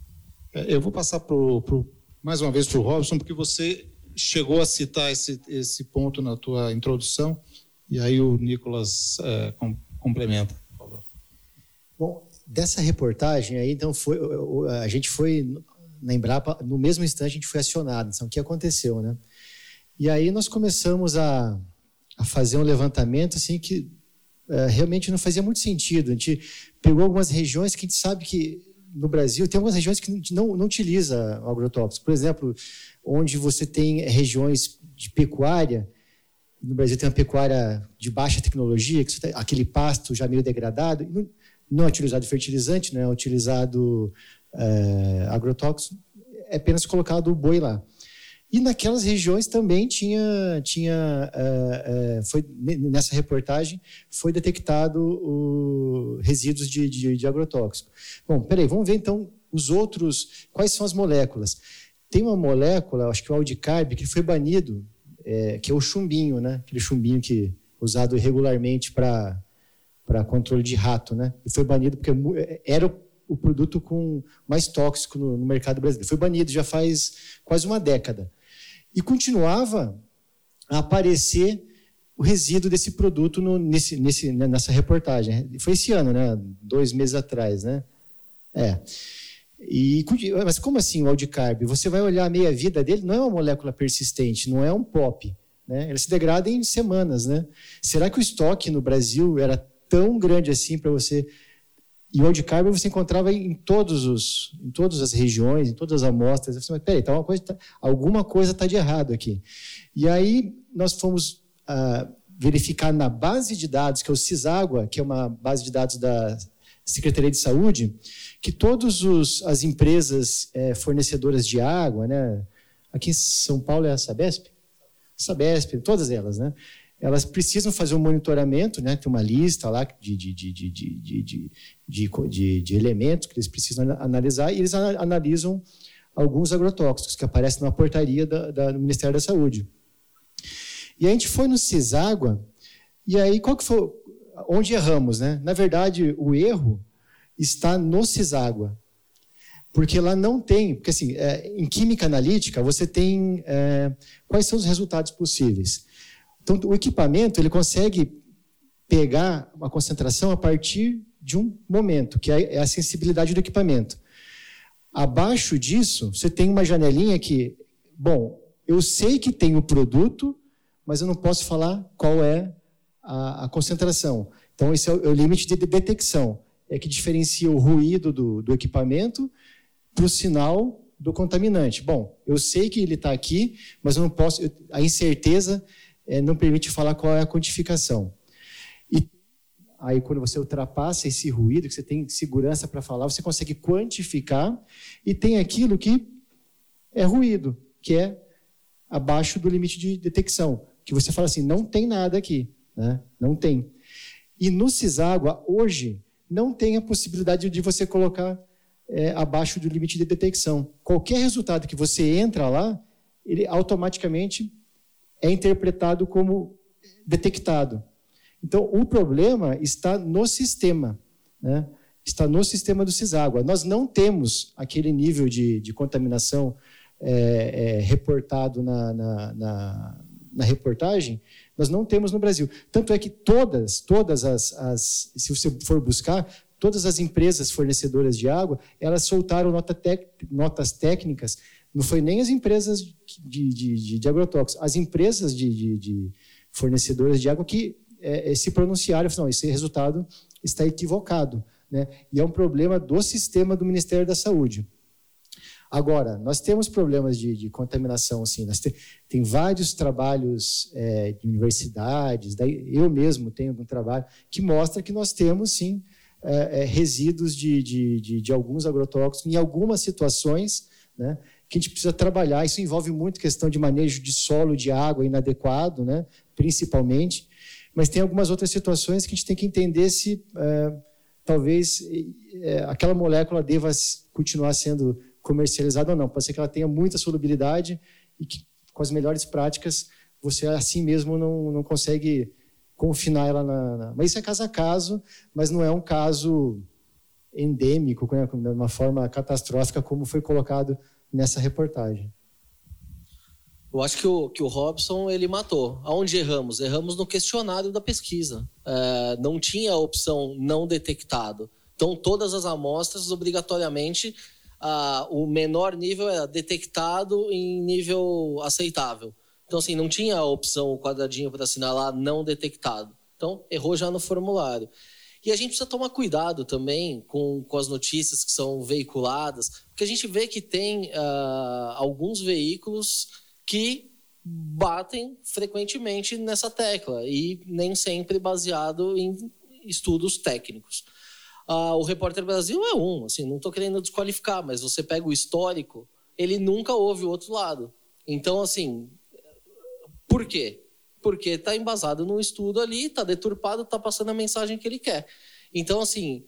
Eu vou passar pro, pro, mais uma vez para o Robson, porque você chegou a citar esse, esse ponto na tua introdução e aí o Nicolas é, com, complementa, por favor. Bom, dessa reportagem aí, então, foi, a gente foi na Embrapa, no mesmo instante a gente foi acionado, então o que aconteceu, né? E aí nós começamos a, a fazer um levantamento assim que é, realmente não fazia muito sentido. A gente pegou algumas regiões que a gente sabe que no Brasil tem algumas regiões que não, não utiliza agrotóxicos. Por exemplo, onde você tem regiões de pecuária, no Brasil tem uma pecuária de baixa tecnologia, que tem aquele pasto já meio degradado, não, não é utilizado fertilizante, não é utilizado é, agrotóxico, é apenas colocado o boi lá. E naquelas regiões também tinha, tinha é, é, foi, nessa reportagem, foi detectado o, resíduos de, de, de agrotóxico. Bom, peraí, vamos ver então os outros, quais são as moléculas. Tem uma molécula, acho que o aldicarb, que foi banido, é, que é o chumbinho, né? Aquele chumbinho que é usado regularmente para para controle de rato, né? E foi banido porque era o, o produto com mais tóxico no, no mercado brasileiro. Foi banido já faz quase uma década. E continuava a aparecer o resíduo desse produto no, nesse, nesse, nessa reportagem. Foi esse ano, né? Dois meses atrás, né? É. E, mas como assim o aldicarb? Você vai olhar a meia-vida dele, não é uma molécula persistente, não é um pop, né? Ela se degrada em semanas, né? Será que o estoque no Brasil era tão grande assim para você... E o aldicarb você encontrava em, todos os, em todas as regiões, em todas as amostras. Eu falei, mas peraí, tá uma coisa, tá, alguma coisa está de errado aqui. E aí nós fomos ah, verificar na base de dados, que é o CISÁGUA, que é uma base de dados da Secretaria de Saúde, que todas as empresas é, fornecedoras de água, né, aqui em São Paulo é a Sabesp? Sabesp, todas elas, né? Elas precisam fazer um monitoramento, né? Tem uma lista lá de, de, de, de, de, de, de, de, de elementos que eles precisam analisar e eles analisam alguns agrotóxicos que aparecem na portaria da, da, do Ministério da Saúde. E a gente foi no CISÁGUA e aí qual que foi, onde erramos, né? Na verdade, o erro está no CISÁGUA. Porque lá não tem... Porque, assim, é, em química analítica, você tem... É, quais são os resultados possíveis? Então, o equipamento, ele consegue pegar uma concentração a partir de um momento, que é a sensibilidade do equipamento. Abaixo disso, você tem uma janelinha que, bom, eu sei que tem o produto, mas eu não posso falar qual é a, a concentração. Então, esse é o, é o limite de detecção, é que diferencia o ruído do, do equipamento para o sinal do contaminante. Bom, eu sei que ele está aqui, mas eu não posso, eu, a incerteza é, não permite falar qual é a quantificação. E aí, quando você ultrapassa esse ruído, que você tem segurança para falar, você consegue quantificar, e tem aquilo que é ruído, que é abaixo do limite de detecção, que você fala assim, não tem nada aqui, né? Não tem. E no Ciságua, hoje, não tem a possibilidade de você colocar é, abaixo do limite de detecção. Qualquer resultado que você entra lá, ele automaticamente é interpretado como detectado. Então, o problema está no sistema, né? Está no sistema do Ciságua. Nós não temos aquele nível de, de contaminação é, é, reportado na, na, na, na reportagem, nós não temos no Brasil. Tanto é que todas, todas as, as, se você for buscar, todas as empresas fornecedoras de água, elas soltaram nota tec, notas técnicas, não foi nem as empresas de, de, de, de agrotóxicos, as empresas de, de, de fornecedoras de água que é, se pronunciaram, falaram, não, esse resultado está equivocado, né? E é um problema do sistema do Ministério da Saúde. Agora, nós temos problemas de, de contaminação, sim. Nós te, tem vários trabalhos é, de universidades, daí eu mesmo tenho um trabalho que mostra que nós temos, sim, é, é, resíduos de, de, de, de alguns agrotóxicos em algumas situações, né, que a gente precisa trabalhar. Isso envolve muito questão de manejo de solo, de água inadequado, né, principalmente, mas tem algumas outras situações que a gente tem que entender se é, talvez é, aquela molécula deva continuar sendo comercializada ou não. Pode ser que ela tenha muita solubilidade e que, com as melhores práticas, você assim mesmo não, não consegue confinar ela na, na... Mas isso é caso a caso, mas não é um caso endêmico, né, de uma forma catastrófica, como foi colocado nessa reportagem. Eu acho que o, que o Robson, ele matou. Aonde erramos? Erramos no questionário da pesquisa. É, não tinha a opção não detectado. Então, todas as amostras, obrigatoriamente, ah, o menor nível era detectado em nível aceitável. Então, assim, não tinha a opção, o quadradinho para assinalar não detectado. Então, errou já no formulário. E a gente precisa tomar cuidado também com, com as notícias que são veiculadas, porque a gente vê que tem ah, alguns veículos que batem frequentemente nessa tecla e nem sempre baseado em estudos técnicos. Ah, o Repórter Brasil é um, assim, não estou querendo desqualificar, mas você pega o histórico, ele nunca ouve o outro lado. Então, assim, por quê? Porque está embasado num estudo ali, está deturpado, está passando a mensagem que ele quer. Então, assim,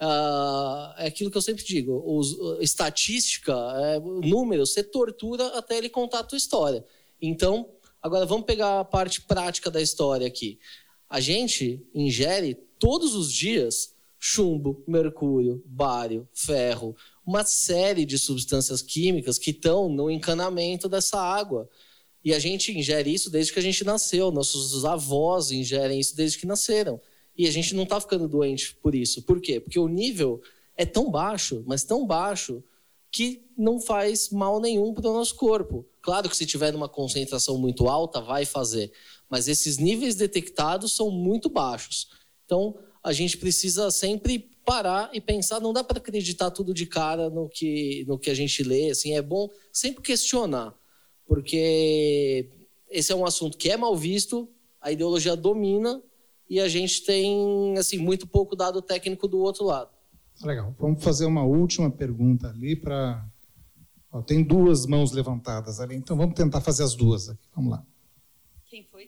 ah, é aquilo que eu sempre digo, os, estatística, é, números, você tortura até ele contar a tua história. Então, agora vamos pegar a parte prática da história aqui. A gente ingere todos os dias chumbo, mercúrio, bário, ferro, uma série de substâncias químicas que estão no encanamento dessa água. E a gente ingere isso desde que a gente nasceu, nossos avós ingerem isso desde que nasceram. E a gente não está ficando doente por isso. Por quê? Porque o nível é tão baixo, mas tão baixo, que não faz mal nenhum para o nosso corpo. Claro que se tiver numa concentração muito alta, vai fazer. Mas esses níveis detectados são muito baixos. Então, a gente precisa sempre parar e pensar, não dá para acreditar tudo de cara no que, no que a gente lê. Assim, é bom sempre questionar, porque esse é um assunto que é mal visto, a ideologia domina e a gente tem assim, muito pouco dado técnico do outro lado. Legal. Vamos fazer uma última pergunta ali para... Tem duas mãos levantadas ali, então vamos tentar fazer as duas aqui. Vamos lá. Quem foi?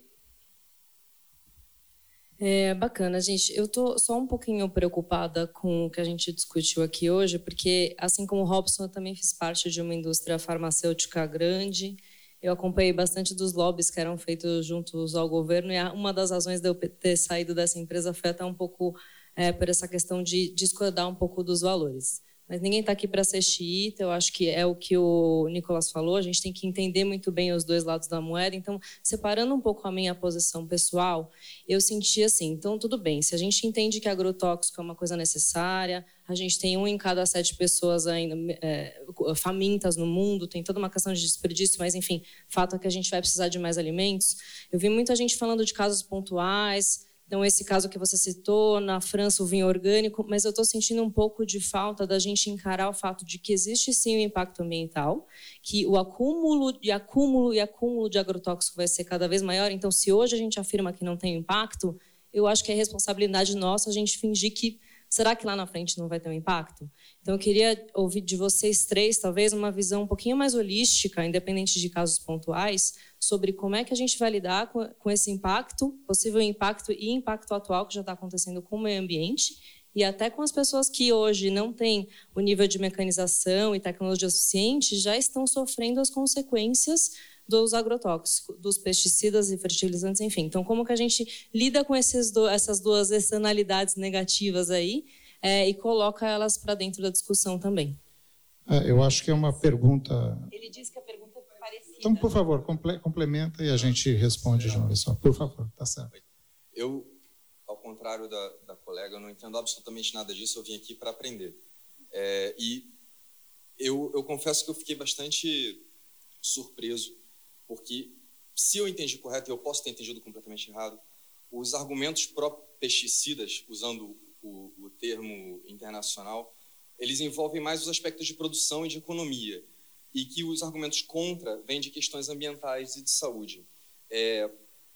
É bacana, gente. Eu tô só um pouquinho preocupada com o que a gente discutiu aqui hoje, porque, assim como o Robson, eu também fiz parte de uma indústria farmacêutica grande. Eu acompanhei bastante dos lobbies que eram feitos juntos ao governo, e uma das razões de eu ter saído dessa empresa foi até um pouco é, por essa questão de discordar um pouco dos valores. mas ninguém está aqui para ser xiita. Eu acho que é o que o Nicolas falou, a gente tem que entender muito bem os dois lados da moeda. Então, separando um pouco a minha posição pessoal, eu senti assim, então tudo bem, se a gente entende que agrotóxico é uma coisa necessária, a gente tem um em cada sete pessoas ainda é, famintas no mundo, tem toda uma questão de desperdício, mas enfim, fato é que a gente vai precisar de mais alimentos. Eu vi muita gente falando de casos pontuais. Então, esse caso que você citou, na França, o vinho orgânico, mas eu estou sentindo um pouco de falta da gente encarar o fato de que existe sim o impacto ambiental, que o acúmulo e acúmulo e acúmulo de agrotóxico vai ser cada vez maior. Então, se hoje a gente afirma que não tem impacto, eu acho que é responsabilidade nossa a gente fingir que será que lá na frente não vai ter um impacto? Então, eu queria ouvir de vocês três, talvez, uma visão um pouquinho mais holística, independente de casos pontuais, sobre como é que a gente vai lidar com, com esse impacto, possível impacto e impacto atual que já está acontecendo com o meio ambiente, e até com as pessoas que hoje não têm o nível de mecanização e tecnologia suficiente, já estão sofrendo as consequências dos agrotóxicos, dos pesticidas e fertilizantes, enfim. Então, como que a gente lida com esses do, essas duas externalidades negativas aí é, e coloca elas para dentro da discussão também? É, eu acho que é uma pergunta... Ele disse que a pergunta é parecida. Então, por favor, comple complementa e a gente responde de uma vez só. Por favor, tá certo. Eu, ao contrário da, da colega, eu não entendo absolutamente nada disso, eu vim aqui para aprender. É, e eu, eu confesso que eu fiquei bastante surpreso, porque, se eu entendi correto, e eu posso ter entendido completamente errado, os argumentos pró-pesticidas, usando o, o termo internacional, eles envolvem mais os aspectos de produção e de economia, e que os argumentos contra vêm de questões ambientais e de saúde. É,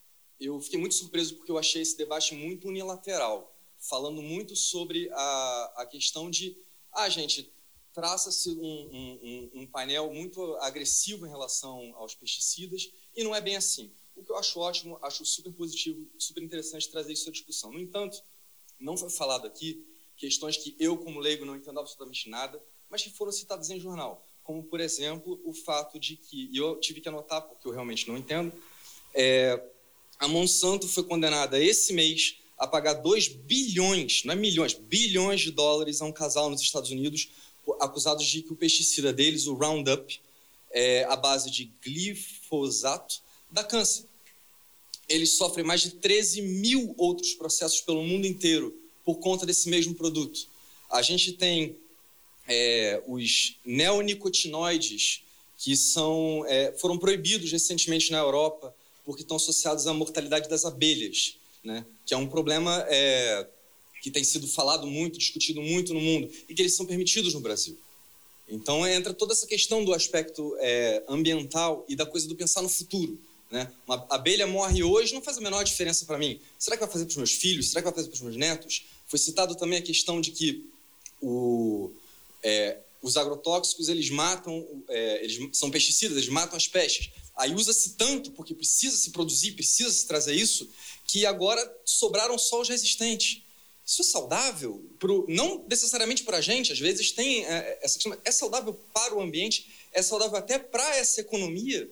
eu fiquei muito surpreso porque eu achei esse debate muito unilateral, falando muito sobre a, a questão de, ah, gente, traça-se um, um, um painel muito agressivo em relação aos pesticidas, e não é bem assim. O que eu acho ótimo, acho super positivo, super interessante trazer isso à discussão. No entanto, não foi falado aqui questões que eu, como leigo, não entendo absolutamente nada, mas que foram citadas em jornal, como, por exemplo, o fato de que, e eu tive que anotar porque eu realmente não entendo, é, a Monsanto foi condenada esse mês a pagar dois bilhões, não é milhões, bilhões de dólares a um casal nos Estados Unidos, acusados de que o pesticida deles, o Roundup, é, à base de glifosato, dá câncer. Eles sofrem mais de treze mil outros processos pelo mundo inteiro por conta desse mesmo produto. A gente tem é, os neonicotinoides, que são, é, foram proibidos recentemente na Europa porque estão associados à mortalidade das abelhas, né? Que é um problema... É, que tem sido falado muito, discutido muito no mundo, e que eles são permitidos no Brasil. Então, entra toda essa questão do aspecto é, ambiental e da coisa do pensar no futuro, né? Uma abelha morre hoje, não faz a menor diferença para mim. Será que vai fazer para os meus filhos? Será que vai fazer para os meus netos? Foi citado também a questão de que o, é, os agrotóxicos, eles matam, é, eles são pesticidas, eles matam as pestes. Aí usa-se tanto, porque precisa se produzir, precisa se trazer isso, que agora sobraram só os resistentes. Isso é saudável? Pro, não necessariamente para a gente, às vezes tem é, essa questão, é saudável para o ambiente, é saudável até para essa economia.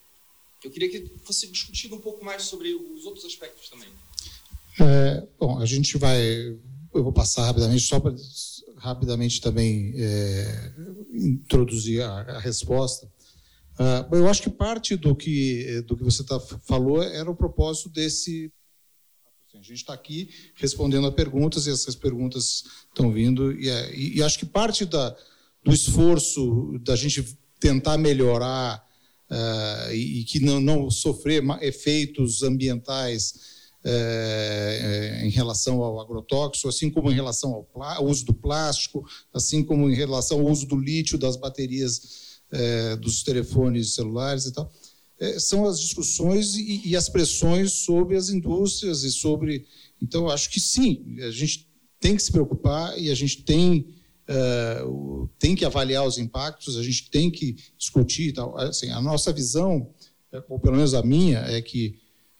Eu queria que fosse discutido um pouco mais sobre os outros aspectos também. É, bom, a gente vai... Eu vou passar rapidamente, só para rapidamente também é, introduzir a, a resposta. Uh, eu acho que parte do que, do que você tá, falou era o propósito desse... A gente está aqui respondendo a perguntas, e essas perguntas estão vindo, e, é, e, e acho que parte da, do esforço da gente tentar melhorar uh, e, e que não, não sofrer efeitos ambientais uh, em relação ao agrotóxico, assim como em relação ao, ao uso do plástico, assim como em relação ao uso do lítio das baterias uh, dos telefones celulares e tal. São as discussões e, e as pressões sobre as indústrias e sobre... Então, acho que sim, a gente tem que se preocupar e a gente tem, uh, tem que avaliar os impactos, a gente tem que discutir e tal. Assim, a nossa visão, ou pelo menos a minha, é que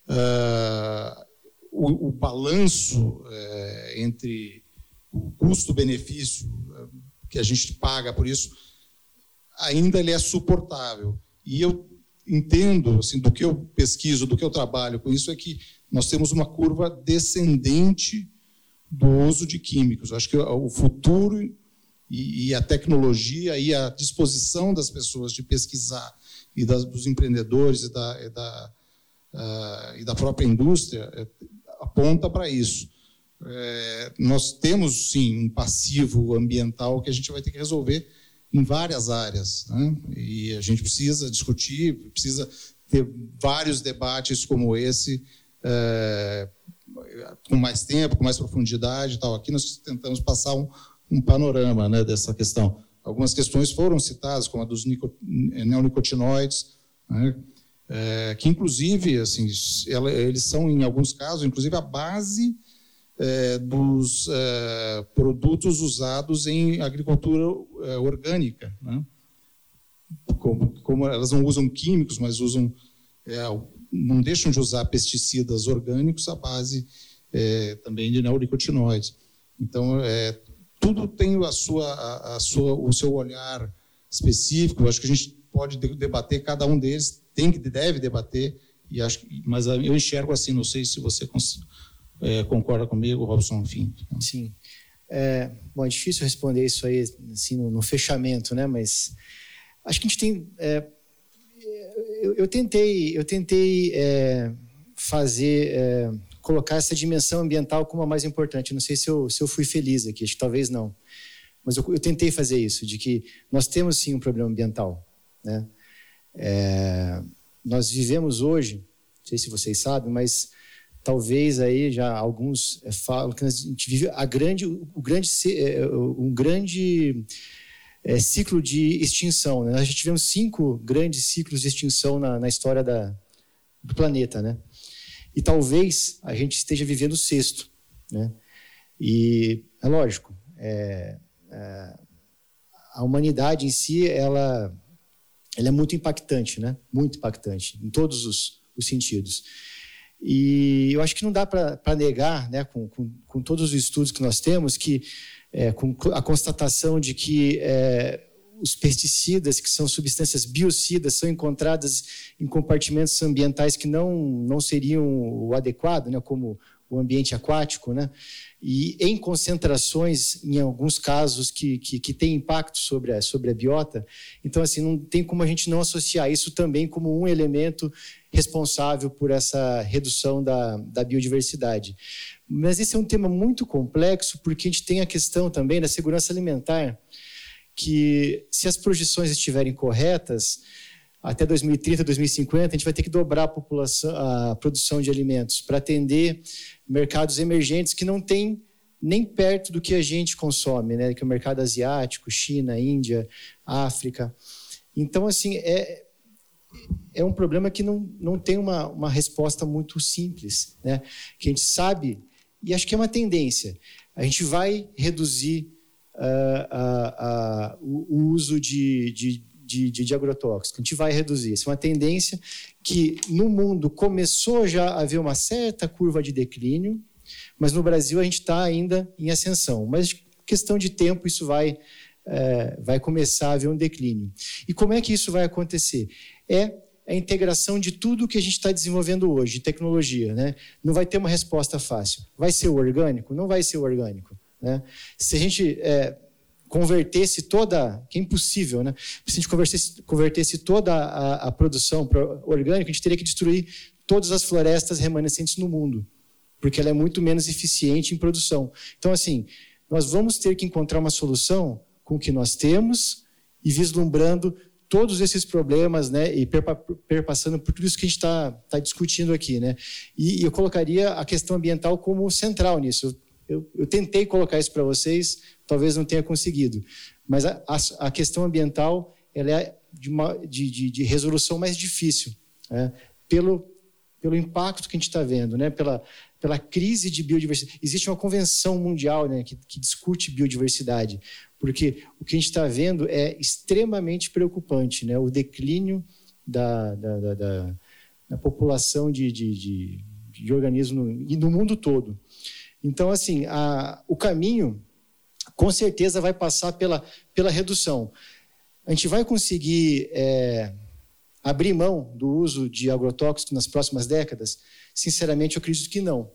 uh, o, o balanço uh, entre o custo-benefício uh, que a gente paga por isso, ainda ele é suportável. E eu entendo, assim, do que eu pesquiso, do que eu trabalho com isso, é que nós temos uma curva descendente do uso de químicos. Acho que o futuro e, e a tecnologia e a disposição das pessoas de pesquisar e das, dos empreendedores e da, e da, uh, e da própria indústria é, aponta para isso. É, nós temos, sim, um passivo ambiental que a gente vai ter que resolver em várias áreas, né? E a gente precisa discutir, precisa ter vários debates como esse, é, com mais tempo, com mais profundidade e tal. Aqui nós tentamos passar um, um panorama, né, dessa questão. Algumas questões foram citadas, como a dos neonicotinoides, né, é, que, inclusive, assim, ela, eles são, em alguns casos, inclusive, a base é, dos é, produtos usados em agricultura é, orgânica, né? Como, como elas não usam químicos, mas usam, é, não deixam de usar pesticidas orgânicos à base é, também de neonicotinoides. Então, é, tudo tem a sua, a, a sua, o seu olhar específico. Eu acho que a gente pode debater cada um deles, tem que deve debater, e acho que, mas eu enxergo assim. Não sei se você é, concorda comigo, Robson. Enfim. Sim. É, bom, é difícil responder isso aí assim no, no fechamento, né? Mas acho que a gente tem. É, eu, eu tentei, eu tentei é, fazer. É, colocar essa dimensão ambiental como a mais importante. Não sei se eu, se eu fui feliz aqui, acho que talvez não. Mas eu, eu tentei fazer isso, de que nós temos sim um problema ambiental, né? É, nós vivemos hoje, não sei se vocês sabem, mas talvez aí já alguns falam que a gente vive a grande, o grande, um grande é, ciclo de extinção, né? Nós já tivemos cinco grandes ciclos de extinção na, na história da, do planeta, né? E talvez a gente esteja vivendo o sexto, né? E é lógico, é, é, a humanidade em si, ela, ela é muito impactante, né? Muito impactante, em todos os, os sentidos. E eu acho que não dá para negar, né, com, com, com todos os estudos que nós temos, que é, com a constatação de que é, os pesticidas, que são substâncias biocidas, são encontradas em compartimentos ambientais que não, não seriam o adequado, né, como o ambiente aquático, né, e em concentrações, em alguns casos, que, que, que têm impacto sobre a, sobre a biota. Então, assim, não tem como a gente não associar isso também como um elemento responsável por essa redução da, da biodiversidade. Mas esse é um tema muito complexo, porque a gente tem a questão também da segurança alimentar, que, se as projeções estiverem corretas, até dois mil e trinta, dois mil e cinquenta, a gente vai ter que dobrar a, população, a produção de alimentos para atender mercados emergentes que não têm nem perto do que a gente consome, né? Que é o mercado asiático, China, Índia, África. Então, assim, é, é um problema que não, não tem uma, uma resposta muito simples, né? Que a gente sabe, e acho que é uma tendência, a gente vai reduzir Uh, uh, uh, o, o uso de, de, de, de agrotóxicos. A gente vai reduzir. Isso é uma tendência que no mundo começou já a haver uma certa curva de declínio, mas no Brasil a gente está ainda em ascensão. Mas questão de tempo isso vai, uh, vai começar a haver um declínio. E como é que isso vai acontecer? É a integração de tudo que a gente está desenvolvendo hoje, de tecnologia, né? Não vai ter uma resposta fácil. Vai ser o orgânico? Não vai ser o orgânico. Né? Se a gente é, convertesse toda, que é impossível, né? Se a gente convertesse, convertesse toda a, a produção orgânica, a gente teria que destruir todas as florestas remanescentes no mundo, porque ela é muito menos eficiente em produção. Então, assim, nós vamos ter que encontrar uma solução com o que nós temos e vislumbrando todos esses problemas, né, e perpa, perpassando por tudo isso que a gente está tá discutindo aqui, né? E, e eu colocaria a questão ambiental como central nisso. Eu, Eu, eu tentei colocar isso para vocês, talvez não tenha conseguido. Mas a, a, a questão ambiental ela é de, uma, de, de, de resolução mais difícil, né? pelo, pelo impacto que a gente está vendo, né? pela, pela crise de biodiversidade. Existe uma convenção mundial, né, que, que discute biodiversidade, porque o que a gente está vendo é extremamente preocupante, né? O declínio da, da, da, da, da população de, de, de, de organismos no, e no mundo todo. Então, assim, a, o caminho, com certeza, vai passar pela, pela redução. A gente vai conseguir é, abrir mão do uso de agrotóxicos nas próximas décadas? Sinceramente, eu acredito que não.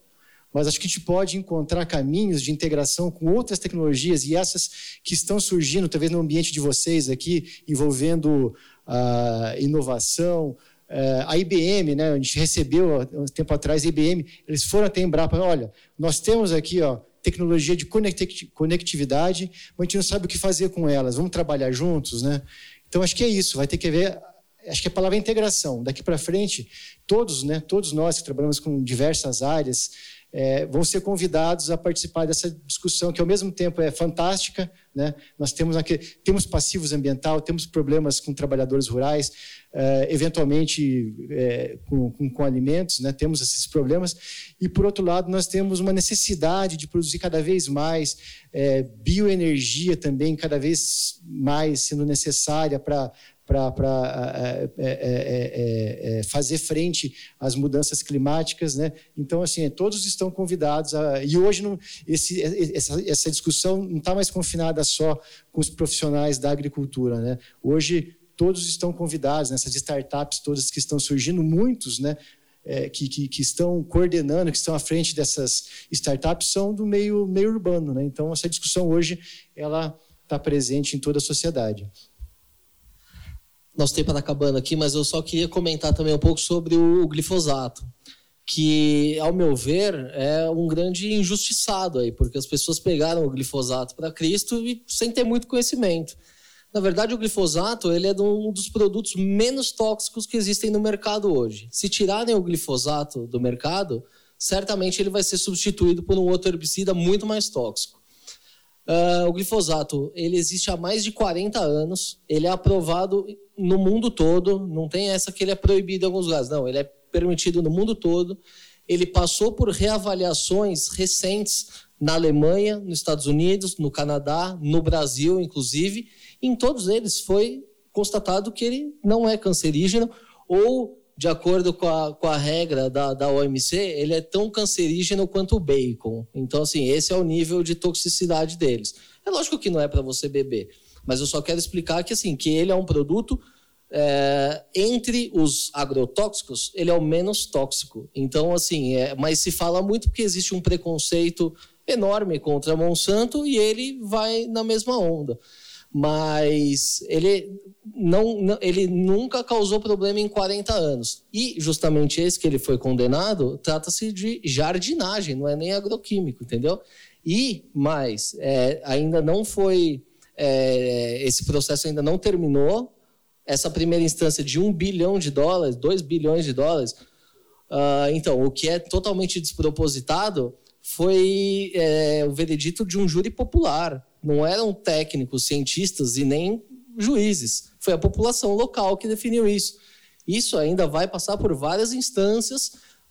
mas acho que a gente pode encontrar caminhos de integração com outras tecnologias e essas que estão surgindo, talvez no ambiente de vocês aqui, envolvendo a uh, inovação. Uh, a I B M, né, a gente recebeu há um tempo atrás a I B M, eles foram até a Embrapa, olha, nós temos aqui ó, tecnologia de conectividade, mas a gente não sabe o que fazer com elas, vamos trabalhar juntos, né? Então, acho que é isso, vai ter que haver, acho que a palavra é integração. Daqui para frente, todos, né, todos nós que trabalhamos com diversas áreas, é, vão ser convidados a participar dessa discussão, que ao mesmo tempo é fantástica, né? Nós temos, aqui, temos passivos ambiental, temos problemas com trabalhadores rurais, é, eventualmente é, com, com, com alimentos, né? Temos esses problemas, e por outro lado nós temos uma necessidade de produzir cada vez mais é, bioenergia também, cada vez mais sendo necessária para para é, é, é, é, fazer frente às mudanças climáticas, né? Então, assim, todos estão convidados a... E hoje não, esse, essa, essa discussão não está mais confinada só com os profissionais da agricultura, né? Hoje todos estão convidados, nessas né? startups todas que estão surgindo, muitos, né? É, que, que, que estão coordenando, que estão à frente dessas startups, são do meio, meio urbano, né? Então, essa discussão hoje ela está presente em toda a sociedade. Nosso tempo está acabando aqui, mas eu só queria comentar também um pouco sobre o glifosato, que, ao meu ver, é um grande injustiçado aí, porque as pessoas pegaram o glifosato para Cristo e sem ter muito conhecimento. Na verdade, o glifosato ele é um dos produtos menos tóxicos que existem no mercado hoje. Se tirarem o glifosato do mercado, certamente ele vai ser substituído por um outro herbicida muito mais tóxico. Uh, o glifosato ele existe há mais de quarenta anos, ele é aprovado no mundo todo, não tem essa que ele é proibido em alguns lugares, não, ele é permitido no mundo todo. Ele passou por reavaliações recentes na Alemanha, nos Estados Unidos, no Canadá, no Brasil, inclusive. Em todos eles foi constatado que ele não é cancerígeno ou, de acordo com a, com a regra da, da O M C, ele é tão cancerígeno quanto o bacon. Então, assim, esse é o nível de toxicidade deles. É lógico que não é para você beber, mas eu só quero explicar que, assim, que ele é um produto, é, entre os agrotóxicos, ele é o menos tóxico. Então, assim, é, mas se fala muito porque existe um preconceito enorme contra a Monsanto e ele vai na mesma onda. Mas ele, não, ele nunca causou problema em quarenta anos. E justamente esse que ele foi condenado, trata-se de jardinagem, não é nem agroquímico, entendeu? E mais, é, ainda não foi... É, esse processo ainda não terminou. Essa primeira instância de um bilhão de dólares, dois bilhões de dólares. Uh, então, o que é totalmente despropositado foi é, o veredito de um júri popular. Não eram técnicos, cientistas e nem juízes. Foi a população local que definiu isso. Isso ainda vai passar por várias instâncias.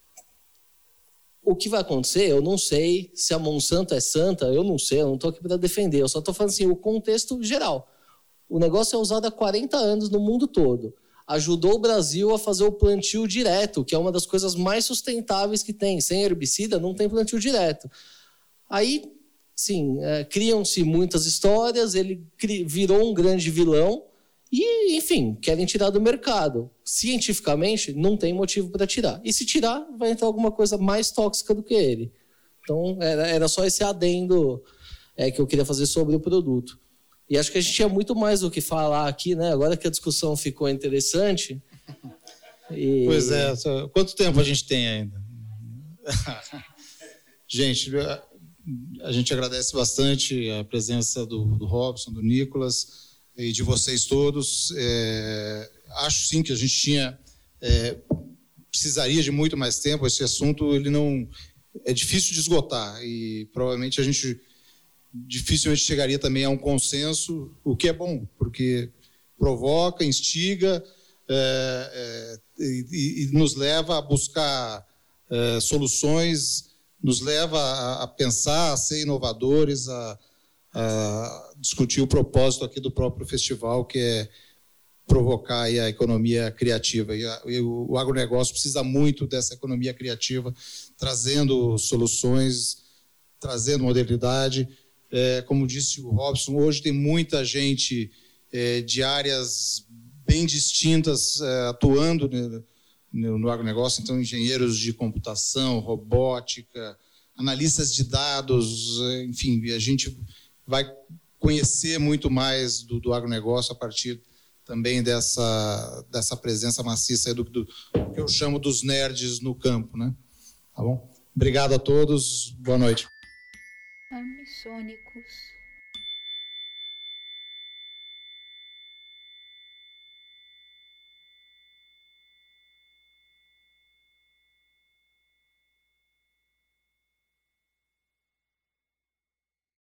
O que vai acontecer, eu não sei. Se a Monsanto é santa, eu não sei. Eu não estou aqui para defender. Eu só estou falando assim, o contexto geral. O negócio é usado há quarenta anos no mundo todo. Ajudou o Brasil a fazer o plantio direto, que é uma das coisas mais sustentáveis que tem. Sem herbicida, não tem plantio direto. Aí... Sim, é, criam-se muitas histórias, ele cri, virou um grande vilão e, enfim, querem tirar do mercado. Cientificamente, não tem motivo para tirar. E se tirar, vai entrar alguma coisa mais tóxica do que ele. Então, era, era só esse adendo é, que eu queria fazer sobre o produto. E acho que a gente tinha muito mais o que falar aqui, né? Agora que a discussão ficou interessante. E... Pois é, quanto tempo a gente tem ainda? Gente... A gente agradece bastante a presença do, do Robson, do Nicolas e de vocês todos. É, acho sim que a gente tinha é, precisaria de muito mais tempo. Esse assunto ele não é difícil de esgotar e provavelmente a gente dificilmente chegaria também a um consenso, o que é bom, porque provoca, instiga é, é, e, e nos leva a buscar é, soluções. Nos leva a, a pensar, a ser inovadores, a, a discutir o propósito aqui do próprio festival, que é provocar aí a economia criativa. E, a, e o, o agronegócio precisa muito dessa economia criativa, trazendo soluções, trazendo modernidade. É, como disse o Robson, hoje tem muita gente é, de áreas bem distintas é, atuando no, no agronegócio, então engenheiros de computação, robótica, analistas de dados, enfim, a gente vai conhecer muito mais do, do agronegócio a partir também dessa, dessa presença maciça do, do que eu chamo dos nerds no campo, né? Tá bom? Obrigado a todos, boa noite. Amissônicos.